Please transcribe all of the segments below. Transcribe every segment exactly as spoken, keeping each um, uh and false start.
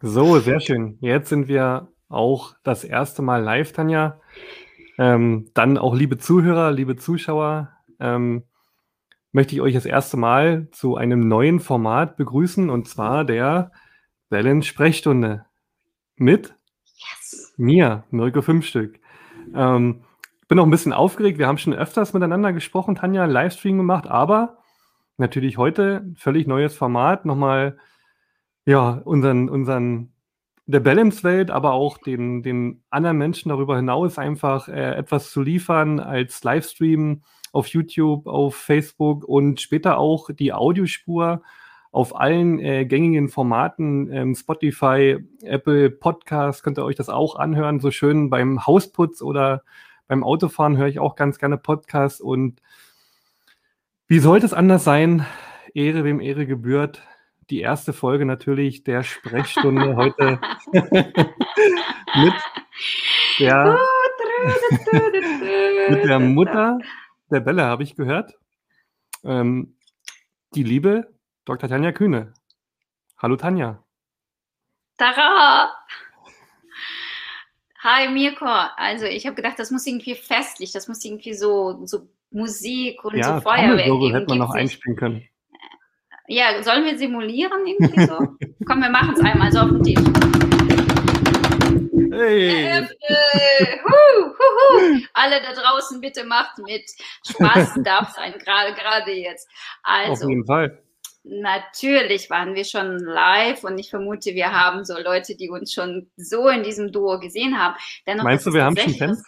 So, sehr schön. Jetzt sind wir auch das erste Mal live, Tanja. Ähm, dann auch liebe Zuhörer, liebe Zuschauer, ähm, möchte ich euch das erste Mal zu einem neuen Format begrüßen, und zwar der Balance-Sprechstunde mit Yes. mir, Mirko Fünfstück. Ähm, ich bin auch ein bisschen aufgeregt. Wir haben schon öfters miteinander gesprochen, Tanja, einen Livestream gemacht, aber natürlich heute ein völlig neues Format. Nochmal, ja, unseren, unseren der Balance-Welt, aber auch den, den anderen Menschen darüber hinaus einfach äh, etwas zu liefern als Livestream auf YouTube, auf Facebook und später auch die Audiospur auf allen äh, gängigen Formaten, ähm, Spotify, Apple Podcast, könnt ihr euch das auch anhören, so schön beim Hausputz oder beim Autofahren höre ich auch ganz gerne Podcasts. Und wie sollte es anders sein? Ehre, wem Ehre gebührt. Die erste Folge natürlich der Sprechstunde heute mit der, mit der Mutter der Bälle, habe ich gehört. Ähm, die liebe Doktor Tanja Kühne. Hallo Tanja. Tara! Hi Mirko. Also ich habe gedacht, das muss irgendwie festlich, das muss irgendwie so, so Musik und Ja, so Feuerwerk Trommelwirbel geben. hätte man noch Gibt's nicht. einspielen können. Ja, sollen wir simulieren irgendwie so? Komm, wir machen es einmal so auf dem Tisch. Hey! Eröffne! Hu, hu, hu. Alle da draußen, bitte macht mit. Spaß darf sein, gerade gerade jetzt. Auf Also, jeden Fall. natürlich waren wir schon live und ich vermute, wir haben so Leute, die uns schon so in diesem Duo gesehen haben. Dennoch, Meinst das du, ist wir haben schon tatsächlich Fans? was.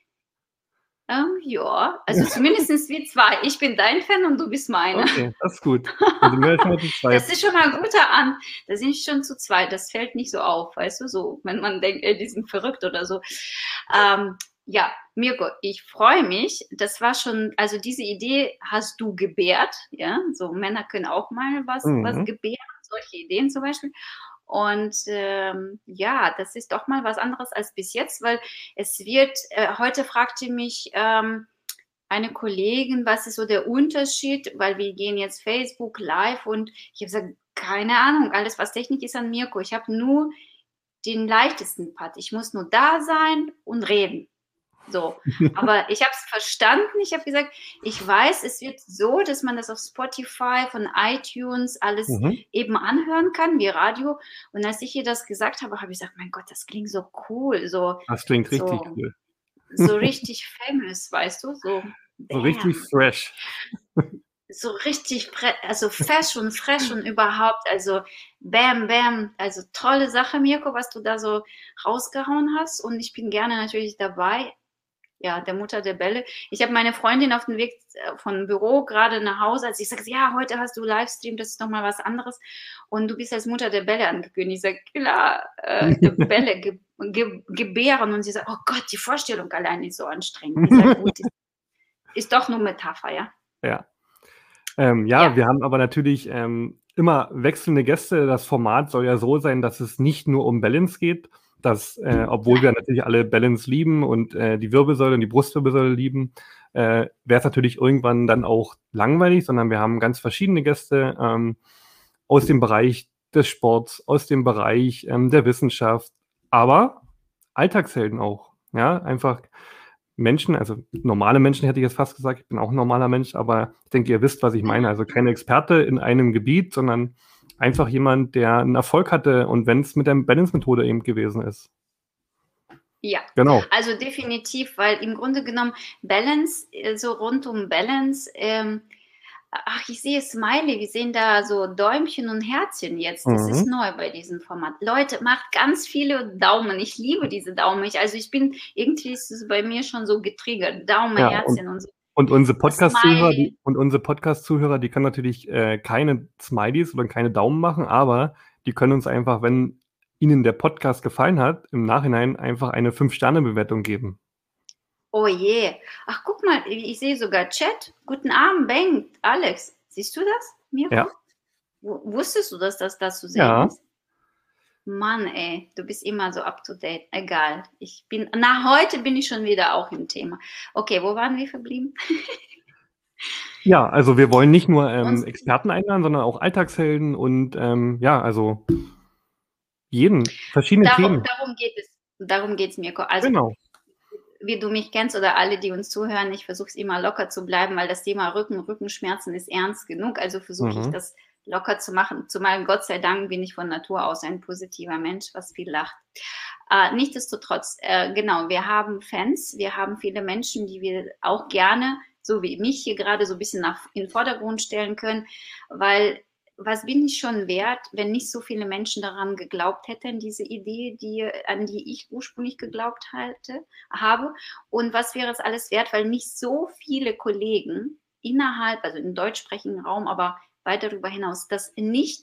Ähm, ja, also zumindest wir zwei. Ich bin dein Fan und du bist meiner. Okay, das ist gut. Dann sind wir ja schon mal zu zweit. Das ist schon mal ein guter An. Da sind wir schon zu zweit. Das fällt nicht so auf, weißt du, so, wenn man denkt, ey, die sind verrückt oder so. Ähm, ja, Mirko, ich freue mich. Das war schon, also diese Idee hast du gebärt, ja. So Männer können auch mal was, Mhm. was gebären, solche Ideen zum Beispiel. Und ähm, ja, das ist doch mal was anderes als bis jetzt, weil es wird, äh, heute fragte mich ähm, eine Kollegin, was ist so der Unterschied, weil wir gehen jetzt Facebook live und ich habe gesagt, keine Ahnung, alles was Technik ist an Mirko. Ich habe nur den leichtesten Part. Ich muss nur da sein und reden. So, aber ich habe es verstanden. Ich habe gesagt, ich weiß, es wird so, dass man das auf Spotify, von iTunes alles Mhm. eben anhören kann, wie Radio. Und als ich ihr das gesagt habe, habe ich gesagt, mein Gott, das klingt so cool, so, Das klingt so, richtig cool. so richtig famous, weißt du, so, So richtig bam. fresh. So richtig, also fresh und fresh und überhaupt, also bam, bam, also tolle Sache, Mirko, was du da so rausgehauen hast und ich bin gerne natürlich dabei. Ja, der Mutter der Bälle. Ich habe meine Freundin auf dem Weg von Büro gerade nach Hause, als ich sage, ja, heute hast du Livestream, das ist doch mal was anderes und du bist als Mutter der Bälle angekündigt. Ich sage, klar, äh, Bälle ge ge gebären und sie sagt, oh Gott, die Vorstellung allein ist so anstrengend. Ich sage, gut, ist, ist doch nur Metapher, ja. Ja. Ähm, ja, Ja. wir haben aber natürlich ähm, immer wechselnde Gäste. Das Format soll ja so sein, dass es nicht nur um Balance geht, dass, äh, obwohl wir natürlich alle Balance lieben und äh, die Wirbelsäule und die Brustwirbelsäule lieben, äh, wäre es natürlich irgendwann dann auch langweilig, sondern wir haben ganz verschiedene Gäste ähm, aus dem Bereich des Sports, aus dem Bereich ähm, der Wissenschaft, aber Alltagshelden auch. Ja, einfach Menschen, also normale Menschen hätte ich jetzt fast gesagt, ich bin auch ein normaler Mensch, aber ich denke, ihr wisst, was ich meine. Also kein Experte in einem Gebiet, sondern einfach jemand, der einen Erfolg hatte und wenn es mit der Balance-Methode eben gewesen ist. Ja, Genau. also definitiv, weil im Grunde genommen Balance, so rund um Balance, ähm, ach, ich sehe Smiley, wir sehen da so Däumchen und Herzchen jetzt. Das Mhm. ist neu bei diesem Format. Leute, macht ganz viele Daumen. Ich liebe diese Daumen. Ich, also ich bin, irgendwie ist es bei mir schon so getriggert. Daumen, Ja, Herzchen und, und so. und unsere Das Podcast-Zuhörer, Smiley. die, und unsere Podcast-Zuhörer, die können natürlich äh, keine Smileys oder keine Daumen machen, aber die können uns einfach, wenn ihnen der Podcast gefallen hat, im Nachhinein einfach eine fünf Sterne Bewertung geben. Oh je. Ach, guck mal, ich sehe sogar Chat. Guten Abend, Bengt, Alex. Siehst du das, Mirko? Ja. W- Wusstest du, dass das da zu sehen Ja. ist? Mann, ey, du bist immer so up to date. Egal. Ich bin, na, heute bin ich schon wieder auch im Thema. Okay, wo waren wir verblieben? Ja, also wir wollen nicht nur ähm, Uns- Experten einladen, sondern auch Alltagshelden und ähm, ja, also jeden, verschiedene Darum, Themen. darum geht es. Darum geht es, Mirko. Also, Genau. wie du mich kennst oder alle, die uns zuhören, ich versuche es immer locker zu bleiben, weil das Thema Rücken, Rückenschmerzen ist ernst genug. Also versuche ich Mhm. das locker zu machen. Zumal Gott sei Dank bin ich von Natur aus ein positiver Mensch, was viel lacht. Äh, nichtsdestotrotz, äh, genau, wir haben Fans, wir haben viele Menschen, die wir auch gerne, so wie mich hier gerade, so ein bisschen nach, in den Vordergrund stellen können, weil was bin ich schon wert, wenn nicht so viele Menschen daran geglaubt hätten, diese Idee, die, an die ich ursprünglich geglaubt hatte, habe. Und was wäre es alles wert, weil nicht so viele Kollegen innerhalb, also im deutschsprachigen Raum, aber weit darüber hinaus, das nicht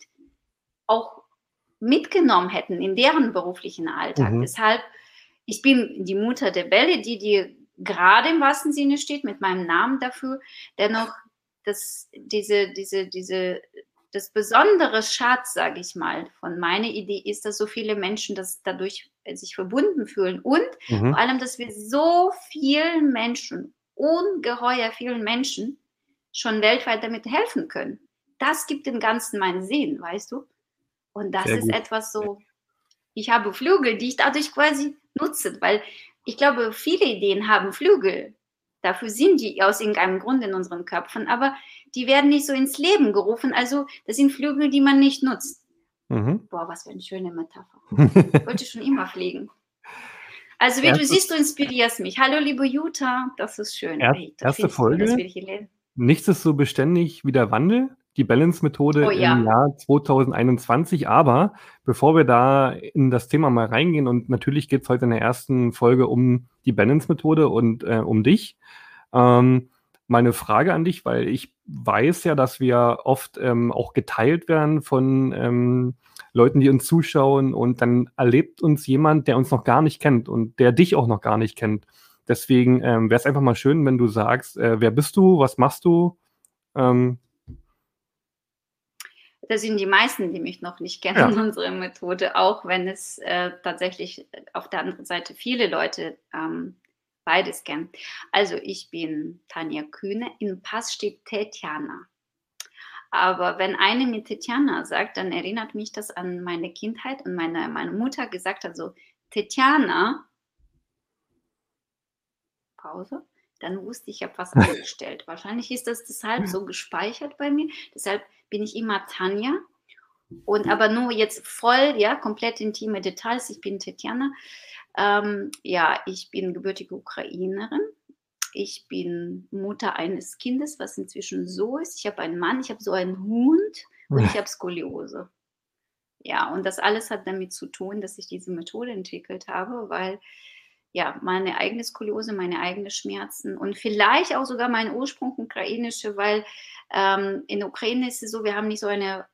auch mitgenommen hätten in deren beruflichen Alltag. Mhm. Deshalb, ich bin die Mutter der Bälle, die dir gerade im wahrsten Sinne steht, mit meinem Namen dafür. Dennoch, das, diese, diese, diese, das besondere Schatz, sage ich mal, von meiner Idee ist, dass so viele Menschen das dadurch sich verbunden fühlen und Mhm. vor allem, dass wir so vielen Menschen, ungeheuer vielen Menschen schon weltweit damit helfen können. Das gibt dem Ganzen meinen Sinn, weißt du? Und das Sehr ist gut. etwas so, ich habe Flügel, die ich dadurch quasi nutze, weil ich glaube, viele Ideen haben Flügel. Dafür sind die aus irgendeinem Grund in unseren Köpfen, aber die werden nicht so ins Leben gerufen. Also das sind Flügel, die man nicht nutzt. Mhm. Boah, was für eine schöne Metapher. Ich wollte schon immer fliegen. Also wie Erste, du siehst, du inspirierst mich. Hallo, liebe Jutta, das ist schön. er, Hey, das erste findest du, das Folge. will ich hier lesen. Nichts ist so beständig wie der Wandel, die Balance-Methode Oh im ja. Jahr zweitausendeinundzwanzig. Aber bevor wir da in das Thema mal reingehen, und natürlich geht es heute in der ersten Folge um die Balance-Methode und äh, um dich, ähm, mal eine Frage an dich, weil ich weiß ja, dass wir oft ähm, auch geteilt werden von ähm, Leuten, die uns zuschauen, und dann erlebt uns jemand, der uns noch gar nicht kennt und der dich auch noch gar nicht kennt. Deswegen ähm, wäre es einfach mal schön, wenn du sagst, äh, wer bist du, was machst du? Ähm, Das sind die meisten, die mich noch nicht kennen, ja. unsere Methode, auch wenn es äh, tatsächlich auf der anderen Seite viele Leute ähm, beides kennen. Also ich bin Tanja Kühne, im Pass steht Tetjana. Aber wenn eine mir Tetjana sagt, dann erinnert mich das an meine Kindheit und meine, meine Mutter gesagt hat so, Tetjana, Pause, dann wusste ich, ich habe was angestellt. Wahrscheinlich ist das deshalb so gespeichert bei mir. Deshalb bin ich immer Tanja. Und aber nur jetzt voll, ja, komplett intime Details. Ich bin Tetjana. Ähm, ja, ich bin gebürtige Ukrainerin. Ich bin Mutter eines Kindes, was inzwischen so ist. Ich habe einen Mann, ich habe so einen Hund und ich habe Skoliose. Ja, und das alles hat damit zu tun, dass ich diese Methode entwickelt habe, weil ja, meine eigene Skoliose, meine eigenen Schmerzen und vielleicht auch sogar mein Ursprung ukrainische, weil ähm, in der Ukraine ist es so, wir haben nicht so eine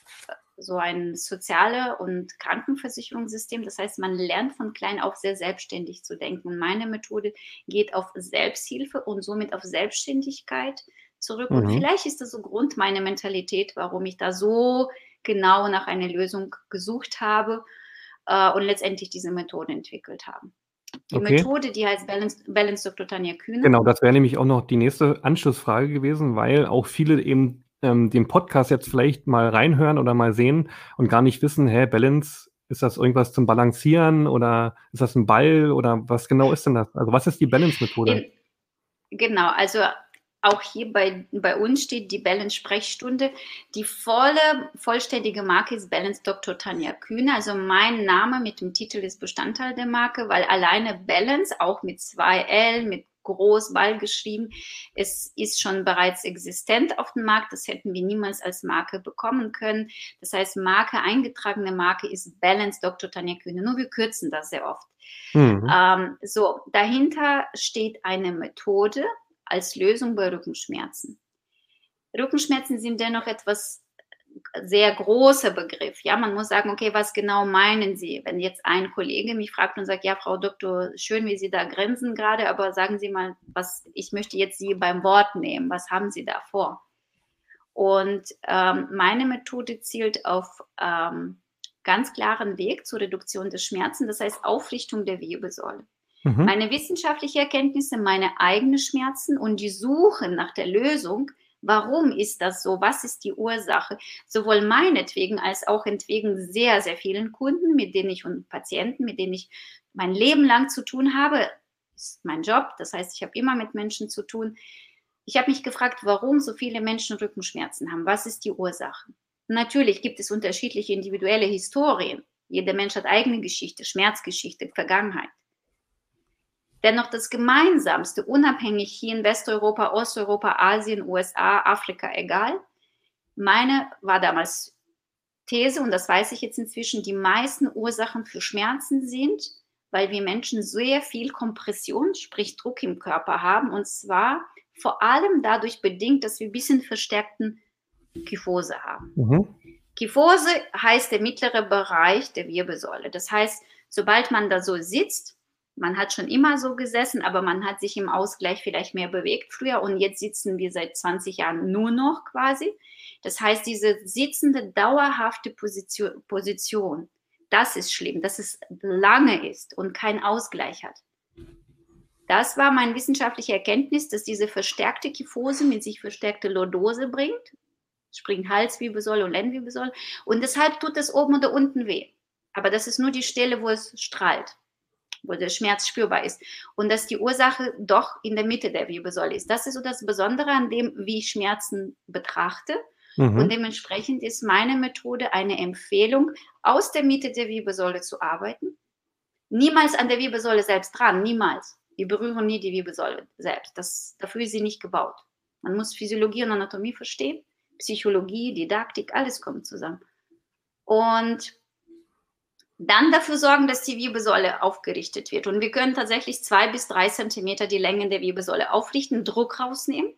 so ein soziale und Krankenversicherungssystem. Das heißt, man lernt von klein auf sehr selbstständig zu denken. Und meine Methode geht auf Selbsthilfe und somit auf Selbstständigkeit zurück. Und Mhm. vielleicht ist das so Grund meiner Mentalität, warum ich da so genau nach einer Lösung gesucht habe äh, und letztendlich diese Methode entwickelt habe. Die Okay. Methode, die heißt Balance, Balance Doktor Tanja Kühne. Genau, das wäre nämlich auch noch die nächste Anschlussfrage gewesen, weil auch viele eben ähm, den Podcast jetzt vielleicht mal reinhören oder mal sehen und gar nicht wissen, hä, Balance, ist das irgendwas zum Balancieren oder ist das ein Ball oder was genau ist denn das? Also was ist die Balance-Methode? Genau, also auch hier bei, bei uns steht die Balance-Sprechstunde. Die volle, vollständige Marke ist Balance Doktor Tanja Kühne. Also mein Name mit dem Titel ist Bestandteil der Marke, weil alleine Balance, auch mit zwei L, mit groß Ball geschrieben, es ist schon bereits existent auf dem Markt. Das hätten wir niemals als Marke bekommen können. Das heißt, Marke, eingetragene Marke ist Balance Doktor Tanja Kühne. Nur wir kürzen das sehr oft. Mhm. Ähm, so, dahinter steht eine Methode als Lösung bei Rückenschmerzen. Rückenschmerzen sind dennoch etwas sehr großer Begriff. Ja, man muss sagen, okay, was genau meinen Sie? Wenn jetzt ein Kollege mich fragt und sagt, ja, Frau Doktor, schön, wie Sie da grinsen gerade, aber sagen Sie mal, was, ich möchte jetzt Sie beim Wort nehmen. Was haben Sie da vor? Und ähm, meine Methode zielt auf ähm, ganz klaren Weg zur Reduktion des Schmerzen, das heißt Aufrichtung der Wirbelsäule. Mhm. Meine wissenschaftlichen Erkenntnisse, meine eigenen Schmerzen und die Suche nach der Lösung Warum ist das so? Was ist die Ursache? Sowohl meinetwegen als auch entwegen sehr, sehr vielen Kunden, mit denen ich und Patienten, mit denen ich mein Leben lang zu tun habe, ist mein Job. Das heißt, ich habe immer mit Menschen zu tun. Ich habe mich gefragt, warum so viele Menschen Rückenschmerzen haben. Was ist die Ursache? Natürlich gibt es unterschiedliche individuelle Historien. Jeder Mensch hat eigene Geschichte, Schmerzgeschichte, Vergangenheit. Dennoch das Gemeinsamste, unabhängig hier in Westeuropa, Osteuropa, Asien, U S A, Afrika, egal. Meine war damals These, und das weiß ich jetzt inzwischen, die meisten Ursachen für Schmerzen sind, weil wir Menschen sehr viel Kompression, sprich Druck im Körper haben, und zwar vor allem dadurch bedingt, dass wir ein bisschen verstärkten Kyphose haben. Mhm. Kyphose heißt der mittlere Bereich der Wirbelsäule. Das heißt, sobald man da so sitzt, man hat schon immer so gesessen, aber man hat sich im Ausgleich vielleicht mehr bewegt früher, und jetzt sitzen wir seit zwanzig Jahren nur noch quasi. Das heißt, diese sitzende, dauerhafte Position, Position, das ist schlimm, dass es lange ist und keinen Ausgleich hat. Das war meine wissenschaftliche Erkenntnis, dass diese verstärkte Kyphose mit sich verstärkte Lordose bringt, sprich Halswirbelsäule und Lendenwirbelsäule, und deshalb tut es oben oder unten weh. Aber das ist nur die Stelle, wo es strahlt, wo der Schmerz spürbar ist. Und dass die Ursache doch in der Mitte der Wirbelsäule ist. Das ist so das Besondere an dem, wie ich Schmerzen betrachte. Mhm. Und dementsprechend ist meine Methode eine Empfehlung, aus der Mitte der Wirbelsäule zu arbeiten. Niemals an der Wirbelsäule selbst dran, niemals. Wir berühren nie die Wirbelsäule selbst. Das, dafür ist sie nicht gebaut. Man muss Physiologie und Anatomie verstehen, Psychologie, Didaktik, alles kommt zusammen. Und dann dafür sorgen, dass die Wirbelsäule aufgerichtet wird. Und wir können tatsächlich zwei bis drei Zentimeter die Länge der Wirbelsäule aufrichten, Druck rausnehmen,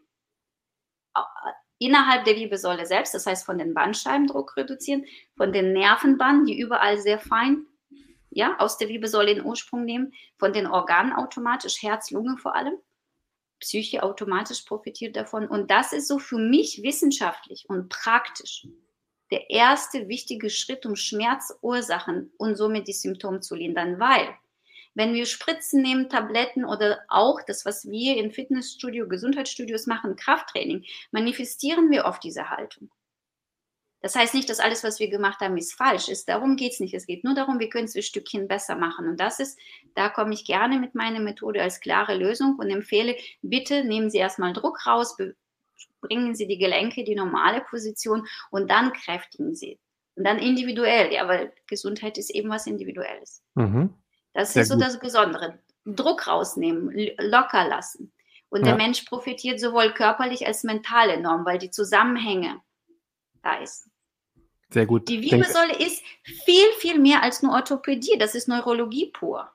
innerhalb der Wirbelsäule selbst, das heißt von den Bandscheiben Druck reduzieren, von den Nervenbahnen, die überall sehr fein, ja, aus der Wirbelsäule den Ursprung nehmen, von den Organen automatisch, Herz, Lunge vor allem, Psyche automatisch profitiert davon. Und das ist so für mich wissenschaftlich und praktisch der erste wichtige Schritt, um Schmerzursachen und somit die Symptome zu lindern, weil wenn wir Spritzen nehmen, Tabletten oder auch das, was wir in Fitnessstudio, Gesundheitsstudios machen, Krafttraining, manifestieren wir oft diese Haltung. Das heißt nicht, dass alles, was wir gemacht haben, ist falsch ist. Darum geht es nicht. Es geht nur darum, wir können es ein Stückchen besser machen. Und das ist, da komme ich gerne mit meiner Methode als klare Lösung und empfehle, bitte nehmen Sie erstmal Druck raus, bringen Sie die Gelenke in die normale Position und dann kräftigen Sie. Und dann individuell, ja, weil Gesundheit ist eben was Individuelles. Mhm. Das Sehr ist so gut. Das Besondere. Druck rausnehmen, locker lassen. Und ja. Der Mensch profitiert sowohl körperlich als mental enorm, weil die Zusammenhänge da ist. Sehr gut. Die Wirbelsäule Denke. ist viel, viel mehr als nur Orthopädie. Das ist Neurologie pur.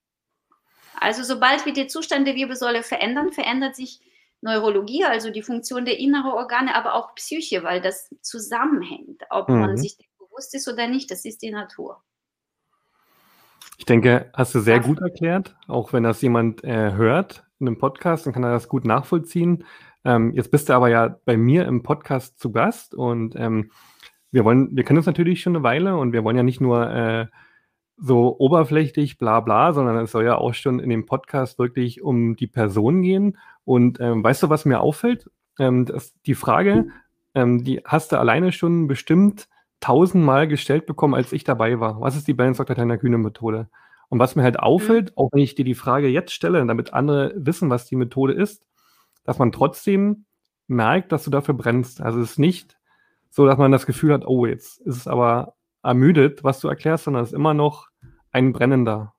Also sobald wir den Zustand der Wirbelsäule verändern, verändert sich Neurologie, also die Funktion der inneren Organe, aber auch Psyche, weil das zusammenhängt. Ob mhm. man sich bewusst ist oder nicht, das ist die Natur. Ich denke, hast du sehr gut erklärt, auch wenn das jemand äh, hört in einem Podcast, dann kann er das gut nachvollziehen. Ähm, jetzt bist du aber ja bei mir im Podcast zu Gast und ähm, wir wollen, wir kennen uns natürlich schon eine Weile und wir wollen ja nicht nur äh, so oberflächlich bla bla, sondern es soll ja auch schon in dem Podcast wirklich um die Person gehen. Und ähm, weißt du, was mir auffällt? Ähm, dass die Frage, ähm, die hast du alleine schon bestimmt tausendmal gestellt bekommen, als ich dabei war. Was ist die Balance Doktor Tanja Kühne Methode? Und was mir halt auffällt, mhm. auch wenn ich dir die Frage jetzt stelle, damit andere wissen, was die Methode ist, dass man trotzdem merkt, dass du dafür brennst. Also es ist nicht so, dass man das Gefühl hat, oh, jetzt ist es aber ermüdet, was du erklärst, sondern es ist immer noch ein brennender.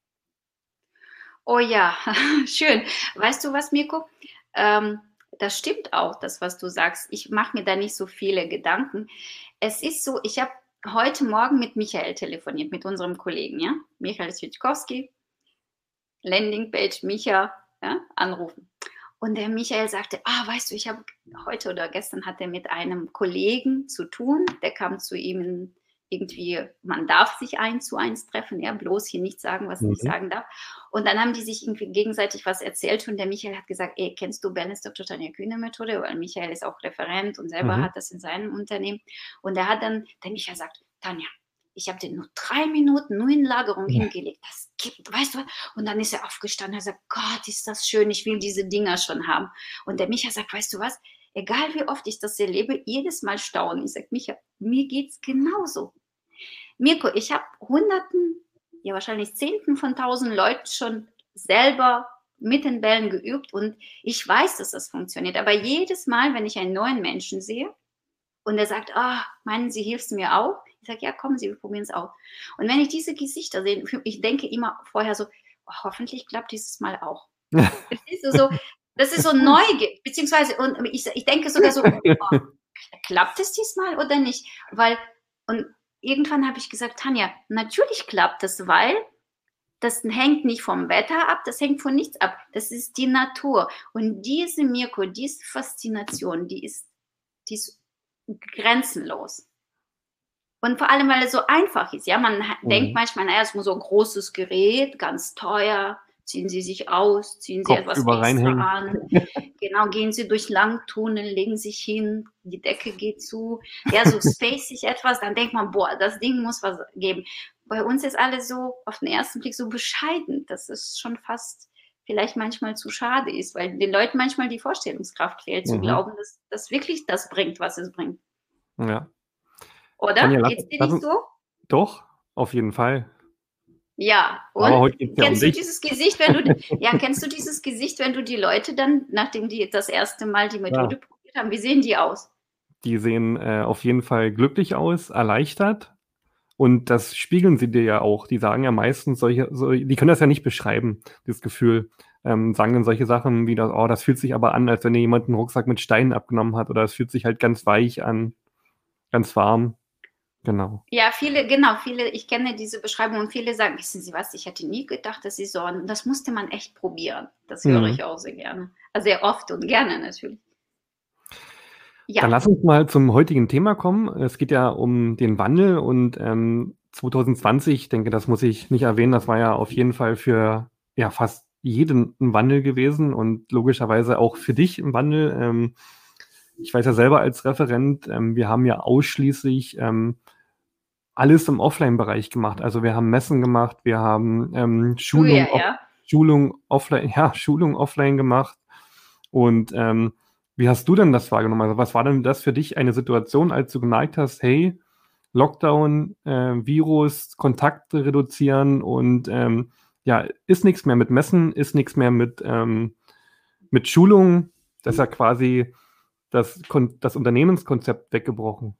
Oh ja, schön. Weißt du was, Mirko? Ähm, das stimmt auch, das, was du sagst. Ich mache mir da nicht so viele Gedanken. Es ist so, ich habe heute Morgen mit Michael telefoniert, mit unserem Kollegen, ja? Michael Switkowski, Landingpage, Micha, ja? Anrufen. Und der Michael sagte, ah, weißt du, ich habe heute oder gestern hat er mit einem Kollegen zu tun, der kam zu ihm irgendwie, man darf sich eins zu eins treffen, ja, bloß hier nicht sagen, was mhm. nicht sagen darf. Und dann haben die sich irgendwie gegenseitig was erzählt und der Michael hat gesagt, ey, kennst du Balance Doktor Tanja Kühne Methode? Weil Michael ist auch Referent und selber mhm. hat das in seinem Unternehmen. Und er hat dann, der Michael sagt, Tanja, ich habe dir nur drei Minuten nur in Lagerung ja. hingelegt. Das gibt, weißt du was? Und dann ist er aufgestanden, er sagt, Gott, ist das schön, ich will diese Dinger schon haben. Und der Michael sagt, weißt du was? egal wie oft ich das erlebe, jedes Mal staunen. Ich sage, Micha, mir geht es genauso. Mirko, ich habe Hunderten, ja wahrscheinlich Zehnten von tausend Leuten schon selber mit den Bällen geübt und ich weiß, dass das funktioniert. Aber jedes Mal, wenn ich einen neuen Menschen sehe und er sagt, ah, meinen Sie, hilfst du mir auch? Ich sage, ja, kommen Sie, wir probieren es auch. Und wenn ich diese Gesichter sehe, ich denke immer vorher so, oh, hoffentlich klappt dieses Mal auch. Das ist so, das ist so Neugier, beziehungsweise, und ich, ich denke sogar so, oh, klappt es diesmal oder nicht? Weil, und irgendwann habe ich gesagt, Tanja, natürlich klappt das, weil das hängt nicht vom Wetter ab, das hängt von nichts ab. Das ist die Natur. Und diese Mirko, diese Faszination, die ist, die ist grenzenlos. Und vor allem, weil es so einfach ist. Ja, man mhm. denkt manchmal, naja, es muss so ein großes Gerät, ganz teuer. Ziehen Sie sich aus, ziehen Sie Kopf etwas extra reinhängen. an. Genau, gehen Sie durch Langtunnel, legen sich hin, die Decke geht zu. Ja, so spacig etwas, dann denkt man, boah, das Ding muss was geben. Bei uns ist alles so auf den ersten Blick so bescheiden, dass es schon fast vielleicht manchmal zu schade ist, weil den Leuten manchmal die Vorstellungskraft fehlt, zu Mhm. glauben, dass das wirklich das bringt, was es bringt. Ja. Oder? Tanja, lass, Geht's dir lass, nicht so? Doch, auf jeden Fall. Ja, und Aber heute geht's ja kennst um du dich. dieses Gesicht, wenn du ja kennst du dieses Gesicht, wenn du die Leute dann, nachdem die das erste Mal die Methode Ja. probiert haben, wie sehen die aus? Die sehen äh, auf jeden Fall glücklich aus, erleichtert. Und das spiegeln sie dir ja auch. Die sagen ja meistens solche, so, die können das ja nicht beschreiben, dieses Gefühl. Ähm, sagen dann solche Sachen wie, das, oh, das fühlt sich aber an, als wenn dir jemand einen Rucksack mit Steinen abgenommen hat. Oder es fühlt sich halt ganz weich an, ganz warm. Genau. Ja, viele, genau, viele, ich kenne diese Beschreibung und viele sagen, wissen Sie was, ich hätte nie gedacht, dass Sie so, das musste man echt probieren. Das höre Mhm. ich auch sehr gerne. Also sehr oft und gerne natürlich. Ja. Dann lass uns mal zum heutigen Thema kommen. Es geht ja um den Wandel und ähm, zwanzig zwanzig, ich denke, das muss ich nicht erwähnen, das war ja auf jeden Fall für ja fast jeden ein Wandel gewesen und logischerweise auch für dich ein Wandel. Ähm, ich weiß ja selber als Referent, ähm, wir haben ja ausschließlich ähm, alles im Offline-Bereich gemacht. Also wir haben Messen gemacht, wir haben ähm, Schulung, ja, ja. Schulung offline, ja, Schulung offline gemacht. Und ähm, wie hast du denn das wahrgenommen? Also was war denn das für dich eine Situation, als du gemerkt hast, hey, Lockdown, äh, Virus, Kontakte reduzieren und ähm, ja, ist nichts mehr mit Messen, ist nichts mehr mit, ähm, mit Schulungen. Das ist ja quasi das, das Unternehmenskonzept weggebrochen.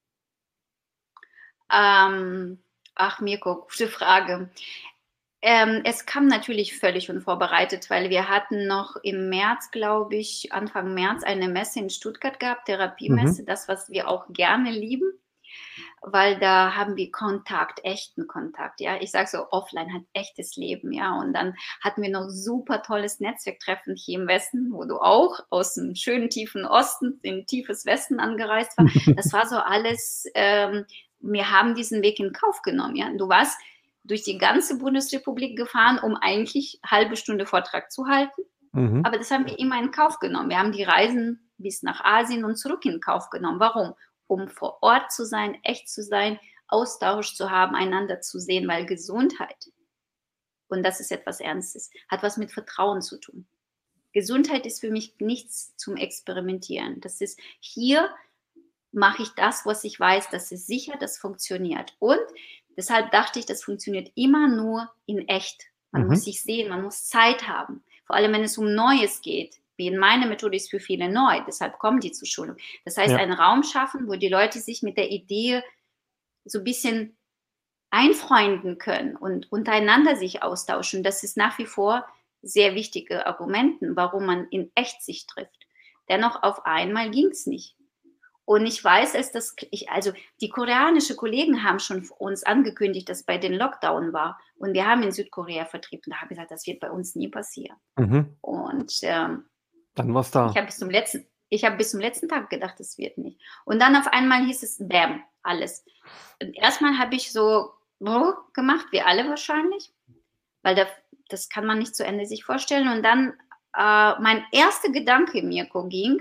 Ähm, ach, Mirko, gute Frage. Ähm, es kam natürlich völlig unvorbereitet, weil wir hatten noch im März, glaube ich, Anfang März eine Messe in Stuttgart gehabt, Therapiemesse, mhm. das, was wir auch gerne lieben, weil da haben wir Kontakt, echten Kontakt, ja. Ich sage so, offline hat echtes Leben, ja. Und dann hatten wir noch super tolles Netzwerktreffen hier im Westen, wo du auch aus dem schönen tiefen Osten in tiefes Westen angereist warst. Das war so alles, ähm, wir haben diesen Weg in Kauf genommen, ja. Du warst durch die ganze Bundesrepublik gefahren, um eigentlich eine halbe Stunde Vortrag zu halten. Mhm. Aber das haben wir immer in Kauf genommen. Wir haben die Reisen bis nach Asien und zurück in Kauf genommen. Warum? Um vor Ort zu sein, echt zu sein, Austausch zu haben, einander zu sehen, weil Gesundheit, und das ist etwas Ernstes, hat was mit Vertrauen zu tun. Gesundheit ist für mich nichts zum Experimentieren. Das ist, hier mache ich das, was ich weiß, das ist sicher, das funktioniert. Und deshalb dachte ich, das funktioniert immer nur in echt. Man mhm. muss sich sehen, man muss Zeit haben. Vor allem, wenn es um Neues geht. Wie in meiner Methode ist für viele neu, deshalb kommen die zur Schulung. Das heißt, ja. einen Raum schaffen, wo die Leute sich mit der Idee so ein bisschen einfreunden können und untereinander sich austauschen. Das ist nach wie vor sehr wichtige Argumenten, warum man in echt sich trifft. Dennoch auf einmal ging es nicht. Und ich weiß es, dass ich, also die koreanischen Kollegen haben schon uns angekündigt, dass bei den Lockdown war. Und wir haben in Südkorea vertrieben. Da habe ich gesagt, das wird bei uns nie passieren. Mhm. Und ähm, dann war's da. Ich habe bis zum letzten, ich habe bis zum letzten Tag gedacht, das wird nicht. Und dann auf einmal hieß es, bam, alles. Und erstmal habe ich so oh, gemacht, wie alle wahrscheinlich, weil da, das kann man nicht zu Ende sich vorstellen. Und dann äh, mein erster Gedanke, Mirko, ging,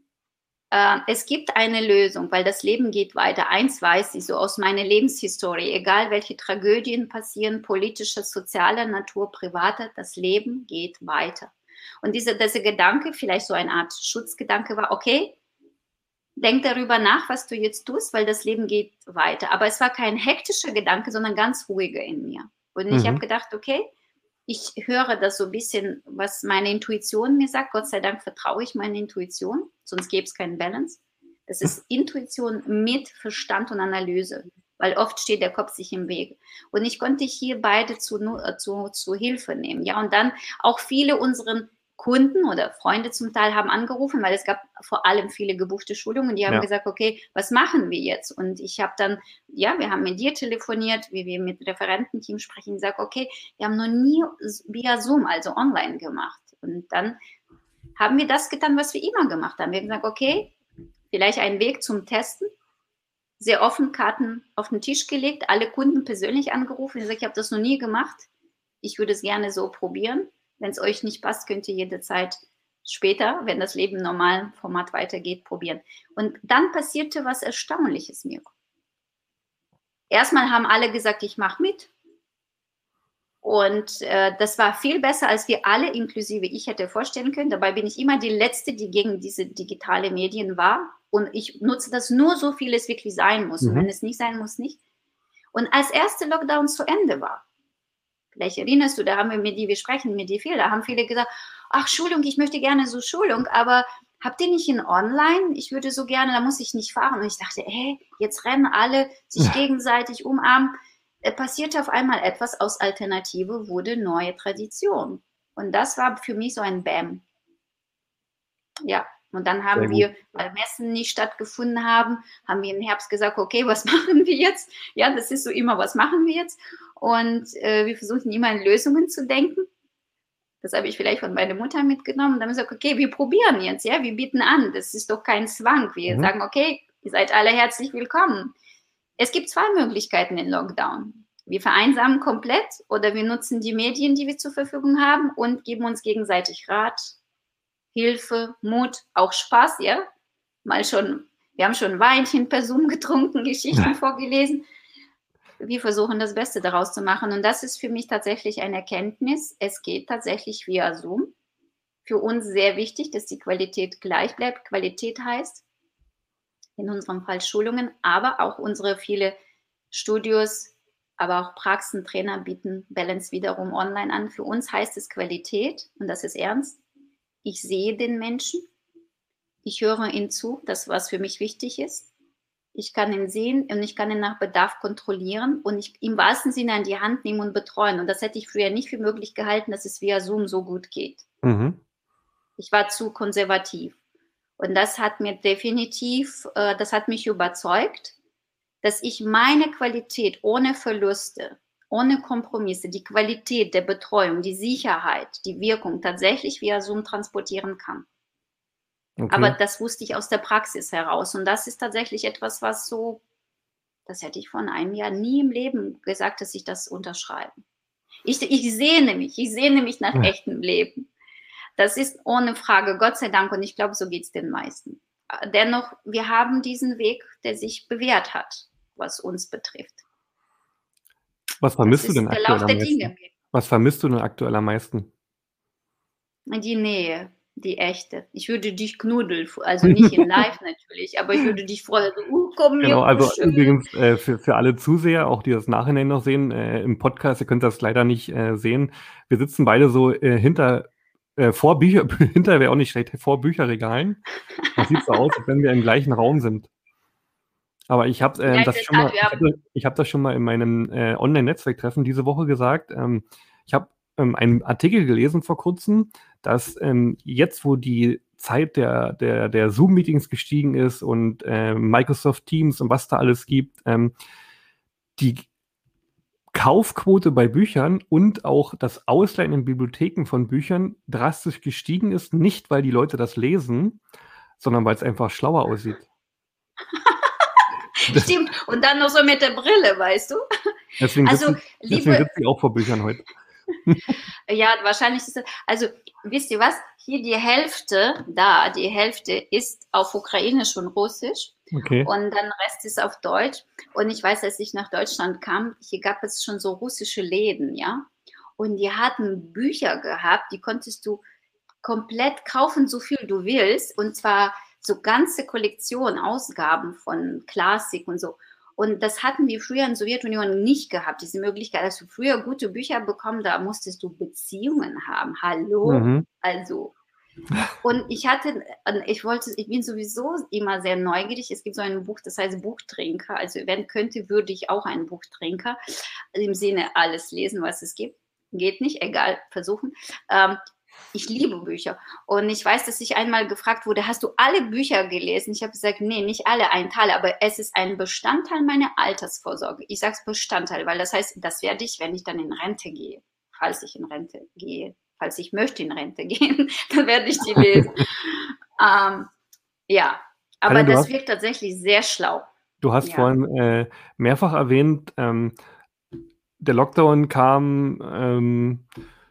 Uh, es gibt eine Lösung, weil das Leben geht weiter. Eins weiß ich so aus meiner Lebenshistorie, egal welche Tragödien passieren, politischer, sozialer Natur, privater, das Leben geht weiter. Und dieser, dieser Gedanke, vielleicht so eine Art Schutzgedanke war, okay, denk darüber nach, was du jetzt tust, weil das Leben geht weiter. Aber es war kein hektischer Gedanke, sondern ganz ruhiger in mir. Und ich habe Mhm. gedacht, okay, ich höre das so ein bisschen, was meine Intuition mir sagt. Gott sei Dank vertraue ich meiner Intuition, sonst gäbe es keinen Balance. Das ist Intuition mit Verstand und Analyse, weil oft steht der Kopf sich im Weg. Und ich konnte hier beide zu, zu, zu Hilfe nehmen. Ja, und dann auch viele unseren Kunden oder Freunde zum Teil haben angerufen, weil es gab vor allem viele gebuchte Schulungen, die haben Ja. gesagt, okay, was machen wir jetzt? Und ich habe dann, ja, wir haben mit dir telefoniert, wie wir mit Referententeam sprechen, ich sage, okay, wir haben noch nie via Zoom, also online gemacht. Und dann haben wir das getan, was wir immer gemacht haben. Wir haben gesagt, okay, vielleicht einen Weg zum Testen, sehr offen Karten auf den Tisch gelegt, alle Kunden persönlich angerufen, ich sage, ich habe das noch nie gemacht, ich würde es gerne so probieren. Wenn es euch nicht passt, könnt ihr jederzeit später, wenn das Leben im normalen Format weitergeht, probieren. Und dann passierte was Erstaunliches, Mirko. Erstmal haben alle gesagt, ich mache mit. Und äh, das war viel besser, als wir alle, inklusive ich, hätte vorstellen können. Dabei bin ich immer die Letzte, die gegen diese digitale Medien war. Und ich nutze das nur so viel, es wirklich sein muss. Mhm. Und wenn es nicht sein muss, nicht. Und als erste Lockdown zu Ende war, vielleicht erinnerst du, da haben wir mit dir, wir sprechen mit dir viel, da haben viele gesagt, ach Schulung, ich möchte gerne so Schulung, aber habt ihr nicht in Online? Ich würde so gerne, da muss ich nicht fahren. Und ich dachte, hey, jetzt rennen alle sich gegenseitig umarmen. Da passierte auf einmal etwas, aus Alternative wurde neue Tradition. Und das war für mich so ein Bam. Ja, und dann haben wir, weil Messen nicht stattgefunden haben, haben wir im Herbst gesagt, okay, was machen wir jetzt? Ja, das ist so immer, was machen wir jetzt? Und äh, wir versuchen immer in Lösungen zu denken. Das habe ich vielleicht von meiner Mutter mitgenommen. Und dann haben wir gesagt, okay, wir probieren jetzt, ja, wir bieten an. Das ist doch kein Zwang. Wir Mhm. sagen, okay, ihr seid alle herzlich willkommen. Es gibt zwei Möglichkeiten in Lockdown. Wir vereinsamen komplett oder wir nutzen die Medien, die wir zur Verfügung haben und geben uns gegenseitig Rat, Hilfe, Mut, auch Spaß, ja. Mal schon, wir haben schon Weinchen per Zoom getrunken, Geschichten vorgelesen. Wir versuchen das Beste daraus zu machen. Und das ist für mich tatsächlich eine Erkenntnis. Es geht tatsächlich via Zoom. Für uns sehr wichtig, dass die Qualität gleich bleibt. Qualität heißt, in unserem Fall Schulungen, aber auch unsere viele Studios, aber auch Praxen, Trainer bieten Balance wiederum online an. Für uns heißt es Qualität und das ist ernst. Ich sehe den Menschen, ich höre ihn zu, das was für mich wichtig ist. Ich kann ihn sehen und ich kann ihn nach Bedarf kontrollieren und ich im wahrsten Sinne an die Hand nehmen und betreuen. Und das hätte ich früher nicht für möglich gehalten, dass es via Zoom so gut geht. Mhm. Ich war zu konservativ. Und das hat mir definitiv, äh, das hat mich überzeugt, dass ich meine Qualität ohne Verluste, ohne Kompromisse, die Qualität der Betreuung, die Sicherheit, die Wirkung tatsächlich via Zoom transportieren kann. Okay. Aber das wusste ich aus der Praxis heraus. Und das ist tatsächlich etwas, was so, das hätte ich vor einem Jahr nie im Leben gesagt, dass ich das unterschreibe. Ich, ich sehne mich, ich sehne mich nach Ja. echtem Leben. Das ist ohne Frage, Gott sei Dank, und ich glaube, so geht es den meisten. Dennoch, wir haben diesen Weg, der sich bewährt hat, was uns betrifft. Was vermisst Das du denn ist der aktuell Lauf am der Dinge. meisten? Was vermisst du denn aktuell am meisten? Die Nähe, die echte. Ich würde dich knuddeln, also nicht in live natürlich, aber ich würde dich vorher so, uh, komm Genau, mir also kuscheln. übrigens äh, für, für alle Zuseher, auch die das nachhinein noch sehen, äh, im Podcast, ihr könnt das leider nicht äh, sehen, wir sitzen beide so äh, hinter, äh, vor Bücher, hinter wäre auch nicht schlecht, vor Bücherregalen. Das sieht so aus, als wenn wir im gleichen Raum sind. Aber ich habe äh, Ja, in das der schon mal, Tat, wir ich haben, habe ich hab das schon mal in meinem äh, Online-Netzwerktreffen diese Woche gesagt. Ähm, ich habe ähm, einen Artikel gelesen vor kurzem, dass ähm, jetzt, wo die Zeit der, der, der Zoom-Meetings gestiegen ist und äh, Microsoft Teams und was da alles gibt, ähm, die Kaufquote bei Büchern und auch das Ausleihen in Bibliotheken von Büchern drastisch gestiegen ist, nicht weil die Leute das lesen, sondern weil es einfach schlauer aussieht. Das, stimmt, und dann noch so mit der Brille, weißt du? deswegen Also, sitze ich, deswegen liebe, sitze ich auch vor Büchern heute. ja, wahrscheinlich ist es, also, wisst ihr was? Hier die Hälfte, da, die Hälfte ist auf Ukrainisch und Russisch. Okay. Und dann Rest ist auf Deutsch. Und ich weiß, als ich nach Deutschland kam, hier gab es schon so russische Läden, ja. Und die hatten Bücher gehabt, die konntest du komplett kaufen, so viel du willst, und zwar so ganze Kollektion, Ausgaben von Klassik und so. Und das hatten wir früher in der Sowjetunion nicht gehabt, diese Möglichkeit. Als du früher gute Bücher bekommen, da musstest du Beziehungen haben. Hallo? Mhm. Also. Und ich hatte, ich wollte, ich bin sowieso immer sehr neugierig. Es gibt so ein Buch, das heißt Buchtrinker. Also wenn könnte, würde ich auch ein Buchtrinker. Also im Sinne alles lesen, was es gibt. Geht nicht, egal, versuchen. Ähm, ich liebe Bücher. Und ich weiß, dass ich einmal gefragt wurde, hast du alle Bücher gelesen? Ich habe gesagt, nee, nicht alle, ein Teil, aber es ist ein Bestandteil meiner Altersvorsorge. Ich sage es Bestandteil, weil das heißt, das werde ich, wenn ich dann in Rente gehe, falls ich in Rente gehe, falls ich möchte in Rente gehen, dann werde ich die lesen. ähm, ja, aber Tanja, du das hast, wirkt tatsächlich sehr schlau. du hast Ja. vorhin äh, mehrfach erwähnt, ähm, der Lockdown kam, ähm,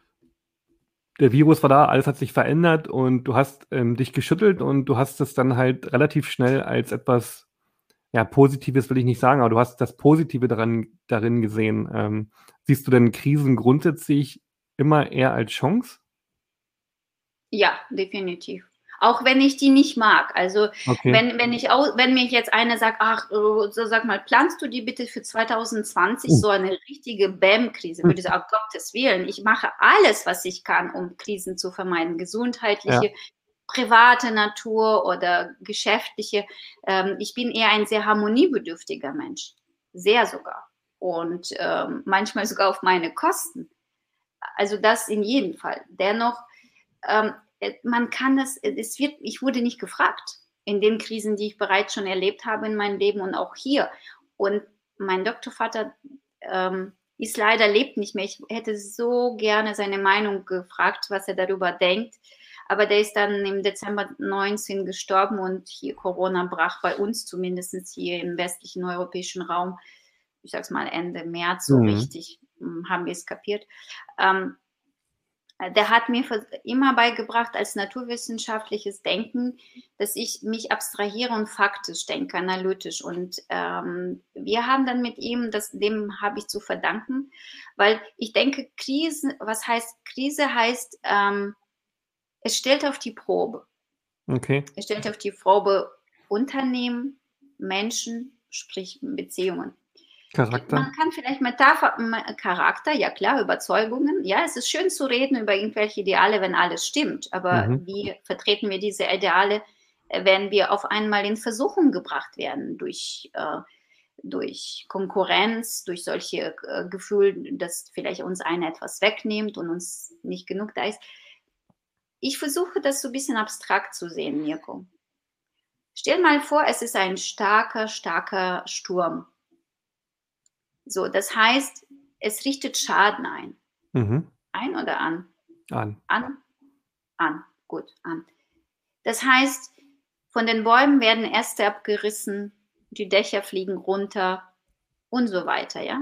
der Virus war da, alles hat sich verändert und du hast ähm, dich geschüttelt und du hast es dann halt relativ schnell als etwas, ja, Positives will ich nicht sagen, aber du hast das Positive daran, darin gesehen. Ähm, siehst du denn Krisen grundsätzlich immer eher als Chance? Ja, definitiv. Auch wenn ich die nicht mag. Also Okay. wenn, wenn ich au- wenn mir jetzt einer sagt, ach, äh, so sag mal, planst du die bitte für zwanzig zwanzig, Uh. so eine richtige Bäm-Krise, würde ich sagen, oh, Gottes Willen, ich mache alles, was ich kann, um Krisen zu vermeiden, gesundheitliche, Ja. private Natur oder geschäftliche. Ähm, ich bin eher ein sehr harmoniebedürftiger Mensch, sehr sogar. Und ähm, manchmal sogar auf meine Kosten. Also das in jedem Fall. Dennoch, ähm, man kann das, es wird, ich wurde nicht gefragt in den Krisen, die ich bereits schon erlebt habe in meinem Leben und auch hier. Und mein Doktorvater ähm, ist leider, lebt nicht mehr. Ich hätte so gerne seine Meinung gefragt, was er darüber denkt. Aber der ist dann im Dezember neunzehn gestorben und hier Corona brach bei uns, zumindest hier im westlichen europäischen Raum, ich sag's mal Ende März, so Mhm. richtig haben wir es kapiert. Ähm, der hat mir immer beigebracht als naturwissenschaftliches Denken, dass ich mich abstrahiere und faktisch denke, analytisch. Und ähm, wir haben dann mit ihm, das, dem habe ich zu verdanken, weil ich denke, Krise, was heißt Krise, heißt, ähm, es stellt auf die Probe. Okay. Es stellt auf die Probe Unternehmen, Menschen, sprich Beziehungen. Charakter. Man kann vielleicht Metapher, Charakter, ja klar, Überzeugungen. Ja, es ist schön zu reden über irgendwelche Ideale, wenn alles stimmt. Aber Mhm. wie vertreten wir diese Ideale, wenn wir auf einmal in Versuchung gebracht werden durch, äh, durch Konkurrenz, durch solche äh, Gefühle, dass vielleicht uns einer etwas wegnimmt und uns nicht genug da ist. Ich versuche das so ein bisschen abstrakt zu sehen, Mirko. Stell mal vor, es ist ein starker, starker Sturm. So, das heißt, es richtet Schaden ein. Mhm. Ein oder an? An. An? An. Gut, an. Das heißt, von den Bäumen werden Äste abgerissen, die Dächer fliegen runter und so weiter, ja?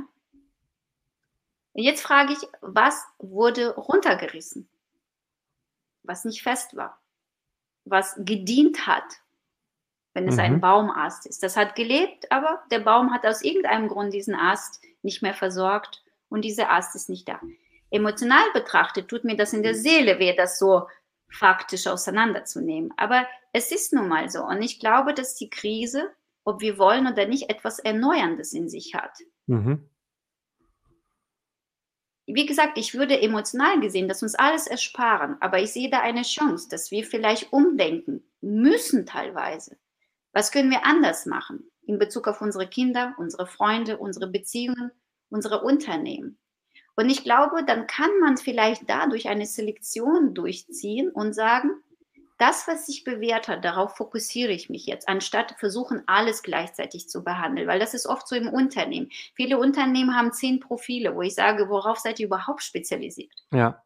Und jetzt frage ich, was wurde runtergerissen? Was nicht fest war? Was gedient hat, wenn es ein Mhm. Baumast ist? Das hat gelebt, aber der Baum hat aus irgendeinem Grund diesen Ast nicht mehr versorgt und dieser Ast ist nicht da. Emotional betrachtet tut mir das in der Seele weh, das so faktisch auseinanderzunehmen. Aber es ist nun mal so. Und ich glaube, dass die Krise, ob wir wollen oder nicht, etwas Erneuerndes in sich hat. Mhm. Wie gesagt, ich würde emotional gesehen das uns alles ersparen. Aber ich sehe da eine Chance, dass wir vielleicht umdenken müssen teilweise. Was können wir anders machen in Bezug auf unsere Kinder, unsere Freunde, unsere Beziehungen, unsere Unternehmen? Und ich glaube, dann kann man vielleicht dadurch eine Selektion durchziehen und sagen, das, was sich bewährt hat, darauf fokussiere ich mich jetzt, anstatt versuchen, alles gleichzeitig zu behandeln, weil das ist oft so im Unternehmen. Viele Unternehmen haben zehn Profile, wo ich sage, worauf seid ihr überhaupt spezialisiert? Ja.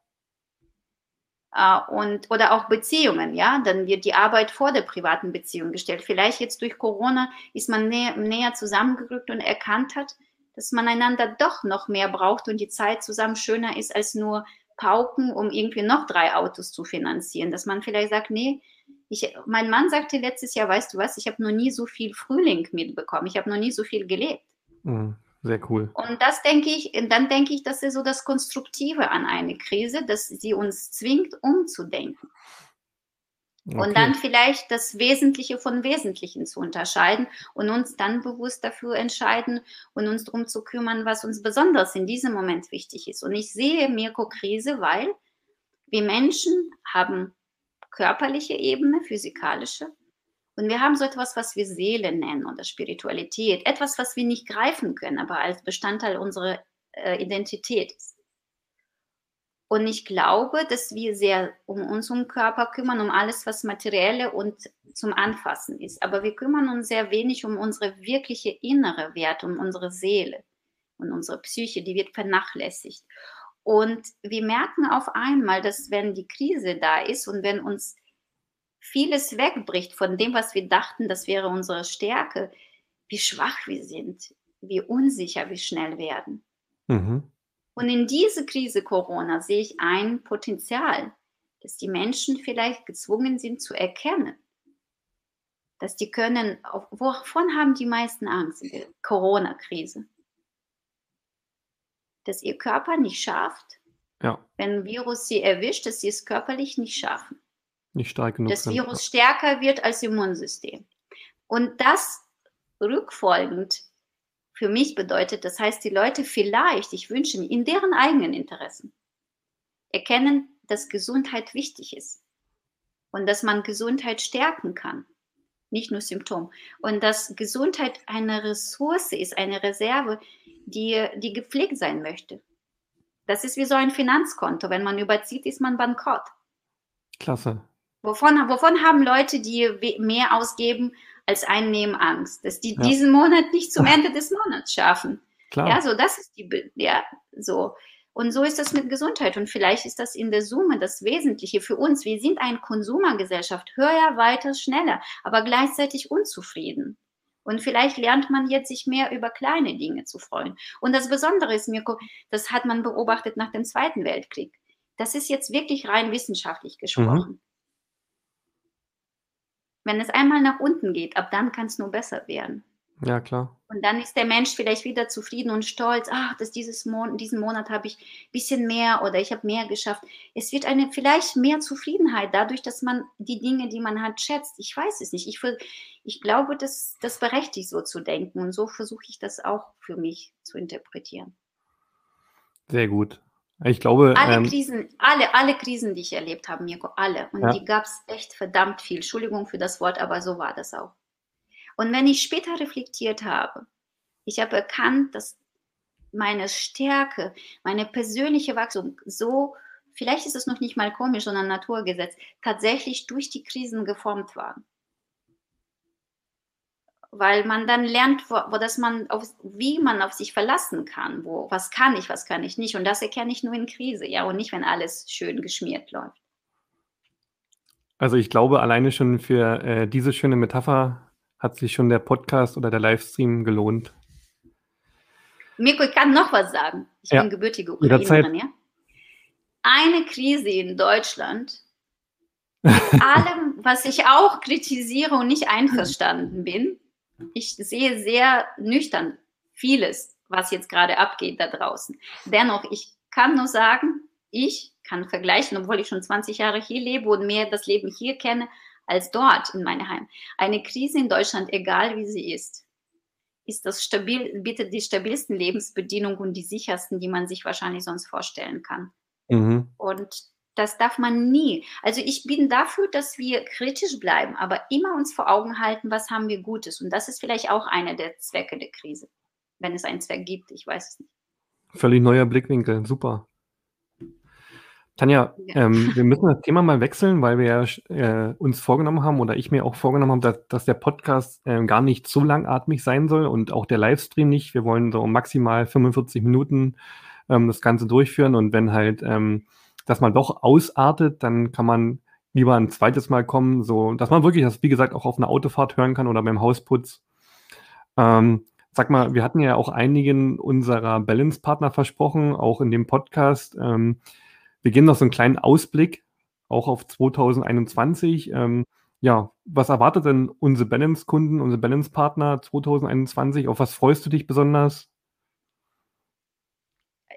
Und, oder auch Beziehungen, ja, dann wird die Arbeit vor der privaten Beziehung gestellt. Vielleicht jetzt durch Corona ist man näher, näher zusammengerückt und erkannt hat, dass man einander doch noch mehr braucht und die Zeit zusammen schöner ist als nur pauken, um irgendwie noch drei Autos zu finanzieren. Dass man vielleicht sagt, nee, ich, mein Mann sagte letztes Jahr, weißt du was, ich habe noch nie so viel Frühling mitbekommen, ich habe noch nie so viel gelebt. Mhm. Sehr cool. Und das denke ich, dann denke ich, das ist so das Konstruktive an eine Krise, dass sie uns zwingt, umzudenken. Und Okay. dann vielleicht das Wesentliche von Wesentlichen zu unterscheiden und uns dann bewusst dafür entscheiden und uns darum zu kümmern, was uns besonders in diesem Moment wichtig ist. Und ich sehe Mirko Krise, weil wir Menschen haben körperliche Ebene, physikalische, und wir haben so etwas, was wir Seele nennen oder Spiritualität, etwas, was wir nicht greifen können, aber als Bestandteil unserer äh, Identität ist. Und ich glaube, dass wir sehr um unseren Körper kümmern, um alles, was materielle und zum Anfassen ist. Aber wir kümmern uns sehr wenig um unsere wirkliche innere Werte, um unsere Seele und unsere Psyche, die wird vernachlässigt. Und wir merken auf einmal, dass wenn die Krise da ist und wenn uns vieles wegbricht von dem, was wir dachten, das wäre unsere Stärke, wie schwach wir sind, wie unsicher wir schnell werden. Mhm. Und in diese Krise Corona sehe ich ein Potenzial, dass die Menschen vielleicht gezwungen sind zu erkennen, dass die können, wovon haben die meisten Angst in der Corona-Krise? Dass ihr Körper nicht schafft, Ja, wenn ein Virus sie erwischt, dass sie es körperlich nicht schaffen. nicht stark genug Das sind. Ja. Virus stärker wird als Immunsystem. Und das rückfolgend für mich bedeutet, das heißt, die Leute vielleicht, ich wünsche mir, in deren eigenen Interessen erkennen, dass Gesundheit wichtig ist und dass man Gesundheit stärken kann, nicht nur Symptom. Und dass Gesundheit eine Ressource ist, eine Reserve, die, die gepflegt sein möchte. Das ist wie so ein Finanzkonto. Wenn man überzieht, ist man bankrott. Klasse. Wovon, wovon haben Leute, die mehr ausgeben als einnehmen, Angst? Dass die Ja. diesen Monat nicht zum Ende des Monats schaffen. Klar. Ja, so, das ist die, ja, so. Und so ist das mit Gesundheit. Und vielleicht ist das in der Summe das Wesentliche für uns. Wir sind eine Konsumergesellschaft, höher, weiter, schneller, aber gleichzeitig unzufrieden. Und vielleicht lernt man jetzt, sich mehr über kleine Dinge zu freuen. Und das Besondere ist, Mirko, das hat man beobachtet nach dem Zweiten Weltkrieg. Das ist jetzt wirklich rein wissenschaftlich gesprochen. Mhm. Wenn es einmal nach unten geht, ab dann kann es nur besser werden. Ja, klar. Und dann ist der Mensch vielleicht wieder zufrieden und stolz. Ach, das dieses Mon- diesen Monat habe ich ein bisschen mehr oder ich habe mehr geschafft. Es wird eine vielleicht mehr Zufriedenheit dadurch, dass man die Dinge, die man hat, schätzt. Ich weiß es nicht. Ich, ich glaube, das, das berechtigt, so zu denken. Und so versuche ich das auch für mich zu interpretieren. Sehr gut. Ich glaube, alle ähm, Krisen, alle, alle Krisen, die ich erlebt habe, Mirko, alle. Und ja. die gab es echt verdammt viel. Entschuldigung für das Wort, aber so war das auch. Und wenn ich später reflektiert habe, ich habe erkannt, dass meine Stärke, meine persönliche Wachstum so, vielleicht ist es noch nicht mal komisch, sondern Naturgesetz, tatsächlich durch die Krisen geformt waren. Weil man dann lernt, wo, wo dass man auf, wie man auf sich verlassen kann, wo, was kann ich, was kann ich nicht. Und das erkenne ich nur in Krise, ja, und nicht, wenn alles schön geschmiert läuft. Also ich glaube, alleine schon für äh, diese schöne Metapher hat sich schon der Podcast oder der Livestream gelohnt. Mirko, ich kann noch was sagen. Ich ja. bin gebürtige Ukrainerin, ja. Eine Krise in Deutschland, mit allem, was ich auch kritisiere und nicht einverstanden bin. Ich sehe sehr nüchtern vieles, was jetzt gerade abgeht da draußen. Dennoch, ich kann nur sagen, ich kann vergleichen, obwohl ich schon zwanzig Jahre hier lebe und mehr das Leben hier kenne als dort in meinem Heim. Eine Krise in Deutschland, egal wie sie ist, ist das stabil, bietet die stabilsten Lebensbedingungen und die sichersten, die man sich wahrscheinlich sonst vorstellen kann. Mhm. Und das darf man nie. Also ich bin dafür, dass wir kritisch bleiben, aber immer uns vor Augen halten, was haben wir Gutes. Und das ist vielleicht auch einer der Zwecke der Krise, wenn es einen Zweck gibt. Ich weiß es nicht. Völlig neuer Blickwinkel, super. Tanja, ja. ähm, wir müssen das Thema mal wechseln, weil wir ja äh, uns vorgenommen haben oder ich mir auch vorgenommen habe, dass, dass der Podcast äh, gar nicht so langatmig sein soll und auch der Livestream nicht. Wir wollen so maximal fünfundvierzig Minuten ähm, das Ganze durchführen und wenn halt ähm, das mal doch ausartet, dann kann man lieber ein zweites Mal kommen, so dass man wirklich das, wie gesagt, auch auf einer Autofahrt hören kann oder beim Hausputz. Ähm, sag mal, wir hatten ja auch einigen unserer Balance-Partner versprochen, auch in dem Podcast. Ähm, wir geben noch so einen kleinen Ausblick, auch auf zwanzig einundzwanzig. Ähm, ja, was erwartet denn unsere Balance-Kunden, unsere Balance-Partner zwanzig einundzwanzig? Auf was freust du dich besonders?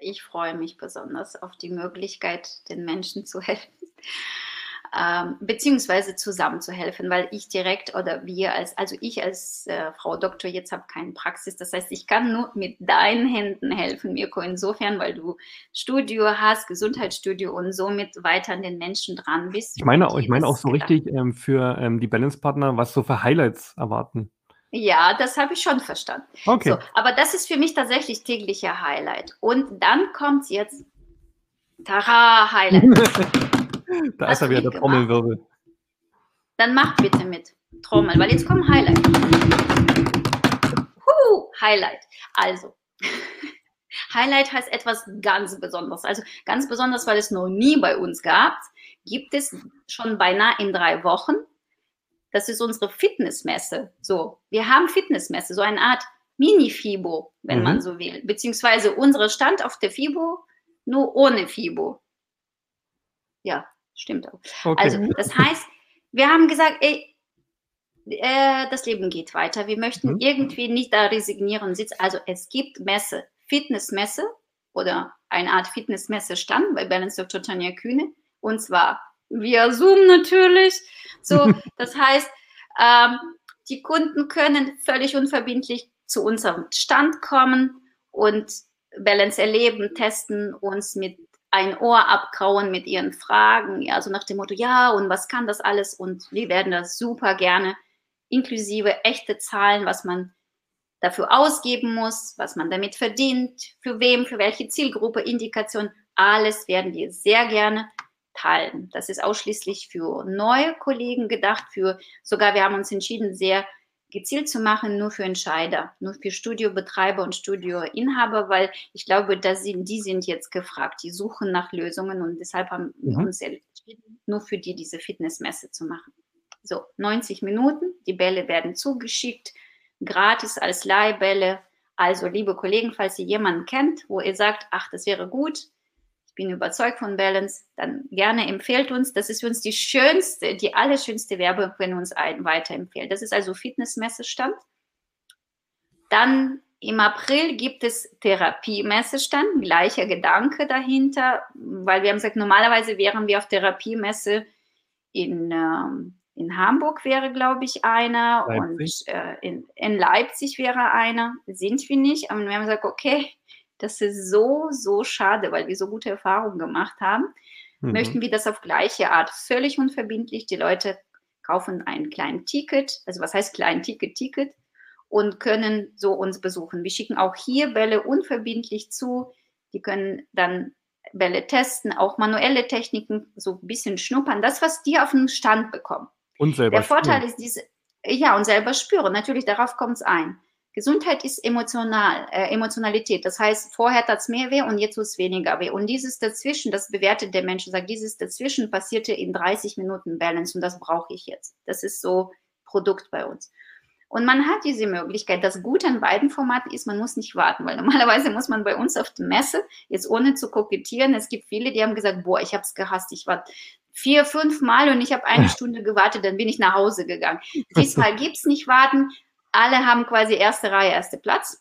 ich freue mich besonders auf die Möglichkeit, den Menschen zu helfen. Ähm, beziehungsweise zusammen zu helfen, weil ich direkt oder wir als, also ich als äh, Frau Doktor jetzt habe keine Praxis, das heißt, ich kann nur mit deinen Händen helfen, Mirko, insofern, weil du Studio hast, Gesundheitsstudio und somit weiter an den Menschen dran bist. Ich meine, Und auch- ich meine auch jedes so gedacht. richtig ähm, für ähm, die Balance-Partner, was so für Highlights erwarten. Ja, das habe ich schon verstanden. Okay. So, aber das ist für mich tatsächlich täglicher Highlight. Und dann kommt jetzt Tara Highlight. Da Hast ist er du wieder, der mitgemacht? Trommelwirbel. Dann mach bitte mit. Trommel, weil jetzt kommen Highlight. Huh, Highlight. Also, Highlight heißt etwas ganz Besonderes. Also ganz besonders, weil es noch nie bei uns gab, gibt es schon beinahe in drei Wochen. Das ist unsere Fitnessmesse. So, wir haben Fitnessmesse, so eine Art Mini-FIBO, wenn Mhm. man so will. Beziehungsweise unsere Stand auf der FIBO, nur ohne FIBO. Ja, stimmt auch. Okay. Also, das heißt, wir haben gesagt, ey, äh, das Leben geht weiter. Wir möchten Mhm. irgendwie nicht da resignieren und sitzen. Also, es gibt Messe, Fitnessmesse oder eine Art Fitnessmesse-Stand bei Balance Doktor Tanja Kühne. Und zwar via Zoom natürlich. So, das heißt, ähm, die Kunden können völlig unverbindlich zu unserem Stand kommen und Balance erleben, testen, uns mit ein Ohr abkauen mit ihren Fragen, ja, so nach dem Motto, ja, und was kann das alles? Und wir werden das super gerne, inklusive echte Zahlen, was man dafür ausgeben muss, was man damit verdient, für wem, für welche Zielgruppe, Indikation, alles werden wir sehr gerne teilen. Das ist ausschließlich für neue Kollegen gedacht, für sogar wir haben uns entschieden, sehr gezielt zu machen, nur für Entscheider, nur für Studiobetreiber und Studioinhaber, weil ich glaube, dass sie, die sind jetzt gefragt, die suchen nach Lösungen und deshalb haben wir Mhm. uns entschieden, nur für die diese Fitnessmesse zu machen. So, neunzig Minuten, die Bälle werden zugeschickt, gratis als Leihbälle. Also, liebe Kollegen, falls ihr jemanden kennt, wo ihr sagt, ach, das wäre gut, ich bin überzeugt von Balance, dann gerne empfehlt uns. Das ist für uns die schönste, die allerschönste Werbung, wenn ihr uns einen weiterempfehlt. Das ist also Fitnessmessestand. Dann im April gibt es Therapiemessestand, gleicher Gedanke dahinter, weil wir haben gesagt, normalerweise wären wir auf Therapiemesse in, ähm, in Hamburg wäre, glaube ich, einer Leipzig. und äh, in, in Leipzig wäre einer. Sind wir nicht. Aber wir haben gesagt, okay, das ist so, so schade, weil wir so gute Erfahrungen gemacht haben. Mhm. Möchten wir das auf gleiche Art, völlig unverbindlich. Die Leute kaufen ein kleines Ticket, also was heißt klein Ticket, Ticket, und können so uns besuchen. Wir schicken auch hier Bälle unverbindlich zu. Die können dann Bälle testen, auch manuelle Techniken, so ein bisschen schnuppern. Das, was die auf dem Stand bekommen. Und selber Der Vorteil spüren. ist diese, ja, und selber spüren. Natürlich, darauf kommt es ein. Gesundheit ist emotional, äh, Emotionalität. Das heißt, vorher tat es mehr weh und jetzt tut es weniger weh. Und dieses Dazwischen, das bewertet der Mensch und sagt, dieses Dazwischen passierte in dreißig Minuten Balance und das brauche ich jetzt. Das ist so Produkt bei uns. Und man hat diese Möglichkeit. Das Gute an beiden Formaten ist, man muss nicht warten, weil normalerweise muss man bei uns auf der Messe, jetzt ohne zu kokettieren, es gibt viele, die haben gesagt, boah, ich habe es gehasst, ich war vier, fünf Mal und ich habe eine Stunde gewartet, dann bin ich nach Hause gegangen. Diesmal gibt es nicht warten, alle haben quasi erste Reihe, erster Platz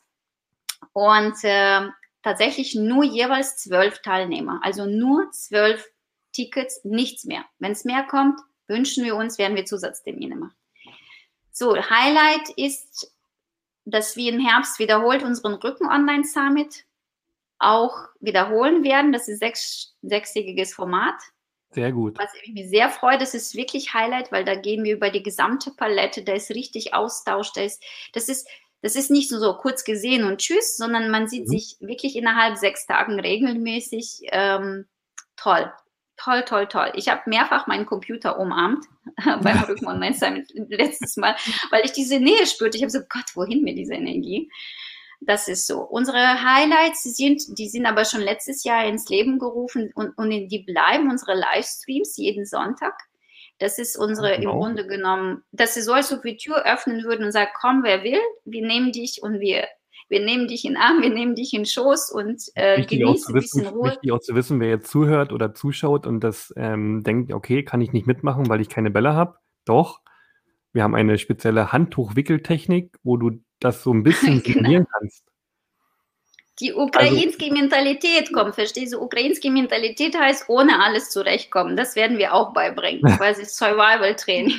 und äh, tatsächlich nur jeweils zwölf Teilnehmer, also nur zwölf Tickets, nichts mehr. Wenn es mehr kommt, wünschen wir uns, werden wir Zusatztermine machen. So, Highlight ist, dass wir im Herbst wiederholt unseren Rücken-Online-Summit auch wiederholen werden. Das ist sechs, sechstägiges Format. Sehr gut. Was ich mich sehr freue, das ist wirklich Highlight, weil da gehen wir über die gesamte Palette, da ist richtig Austausch, da ist, das ist, das ist nicht nur so kurz gesehen und tschüss, sondern man sieht mhm. sich wirklich innerhalb sechs Tagen regelmäßig. Ähm, toll. Toll, toll, toll. Ich habe mehrfach meinen Computer umarmt beim Rücken Online Summit letztes Mal, weil ich diese Nähe spürte. Ich habe so, Gott, wohin mit dieser Energie? Das ist so. Unsere Highlights sind, die sind aber schon letztes Jahr ins Leben gerufen und, und die bleiben unsere Livestreams jeden Sonntag. Das ist unsere, genau. Im Grunde genommen, dass sie so, als ob wir Tür öffnen würden und sagen, komm, wer will, wir nehmen dich und wir Wir nehmen dich in den Arm, wir nehmen dich in den Schoß und äh, genieße ein bisschen Ruhe. Wichtig auch zu wissen, wer jetzt zuhört oder zuschaut und das ähm, denkt, okay, kann ich nicht mitmachen, weil ich keine Bälle habe. Doch, wir haben eine spezielle Handtuchwickeltechnik, wo du das so ein bisschen simulieren genau. kannst. Die Also, ukrainische Mentalität kommt, verstehst du? Ukrainische Mentalität heißt, ohne alles zurechtkommen. Das werden wir auch beibringen, quasi Survival-Training.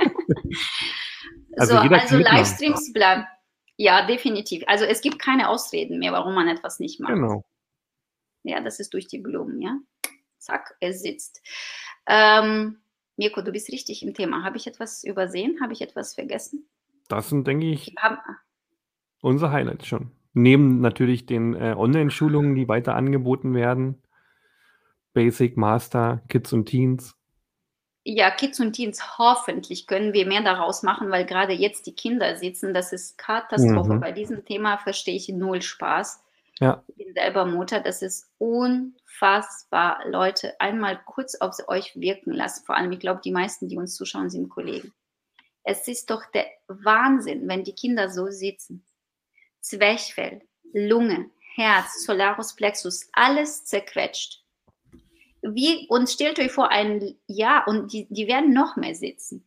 So, also jeder kann also mitmachen. Livestreams bleiben. Ja, definitiv. Also es gibt keine Ausreden mehr, warum man etwas nicht macht. Genau. Ja, das ist durch die Blumen, ja. Zack, es sitzt. Ähm, Mirko, du bist richtig im Thema. Habe ich etwas übersehen? Habe ich etwas vergessen? Das sind, denke ich, Hab, unsere Highlights schon. Neben natürlich den äh, Online-Schulungen, die weiter angeboten werden. Basic, Master, Kids und Teens. ja, Kids und Teens, hoffentlich können wir mehr daraus machen, weil gerade jetzt die Kinder sitzen. Das ist Katastrophe. Mhm. Bei diesem Thema verstehe ich null Spaß. Ja, Ich bin selber Mutter. Das ist unfassbar. Leute, einmal kurz auf euch wirken lassen. Vor allem, ich glaube, die meisten, die uns zuschauen, sind Kollegen. Es ist doch der Wahnsinn, wenn die Kinder so sitzen. Zwerchfell, Lunge, Herz, Solarus Plexus, alles zerquetscht. Wie, und stellt euch vor, ein Jahr und die, die werden noch mehr sitzen.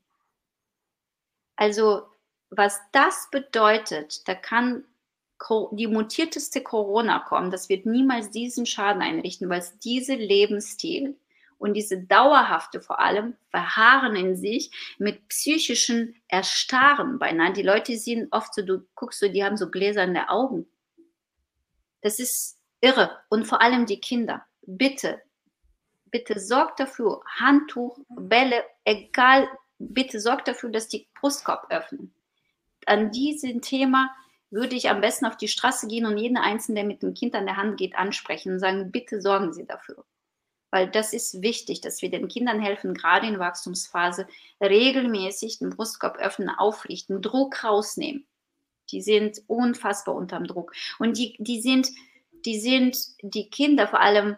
Also, was das bedeutet, da kann die mutierteste Corona kommen, das wird niemals diesen Schaden einrichten, weil es diese Lebensstil und diese dauerhafte vor allem Verharren in sich mit psychischen Erstarren beinahe. Die Leute sehen oft so, du guckst so, die haben so gläserne Augen. Das ist irre. Und vor allem die Kinder. Bitte, bitte sorgt dafür, Handtuch, Bälle, egal, bitte sorgt dafür, dass die Brustkorb öffnen. An diesem Thema würde ich am besten auf die Straße gehen und jeden Einzelnen, der mit dem Kind an der Hand geht, ansprechen und sagen, bitte sorgen Sie dafür. Weil das ist wichtig, dass wir den Kindern helfen, gerade in Wachstumsphase, regelmäßig den Brustkorb öffnen, aufrichten, Druck rausnehmen. Die sind unfassbar unterm Druck. Und die, die, sind, die sind, die Kinder vor allem,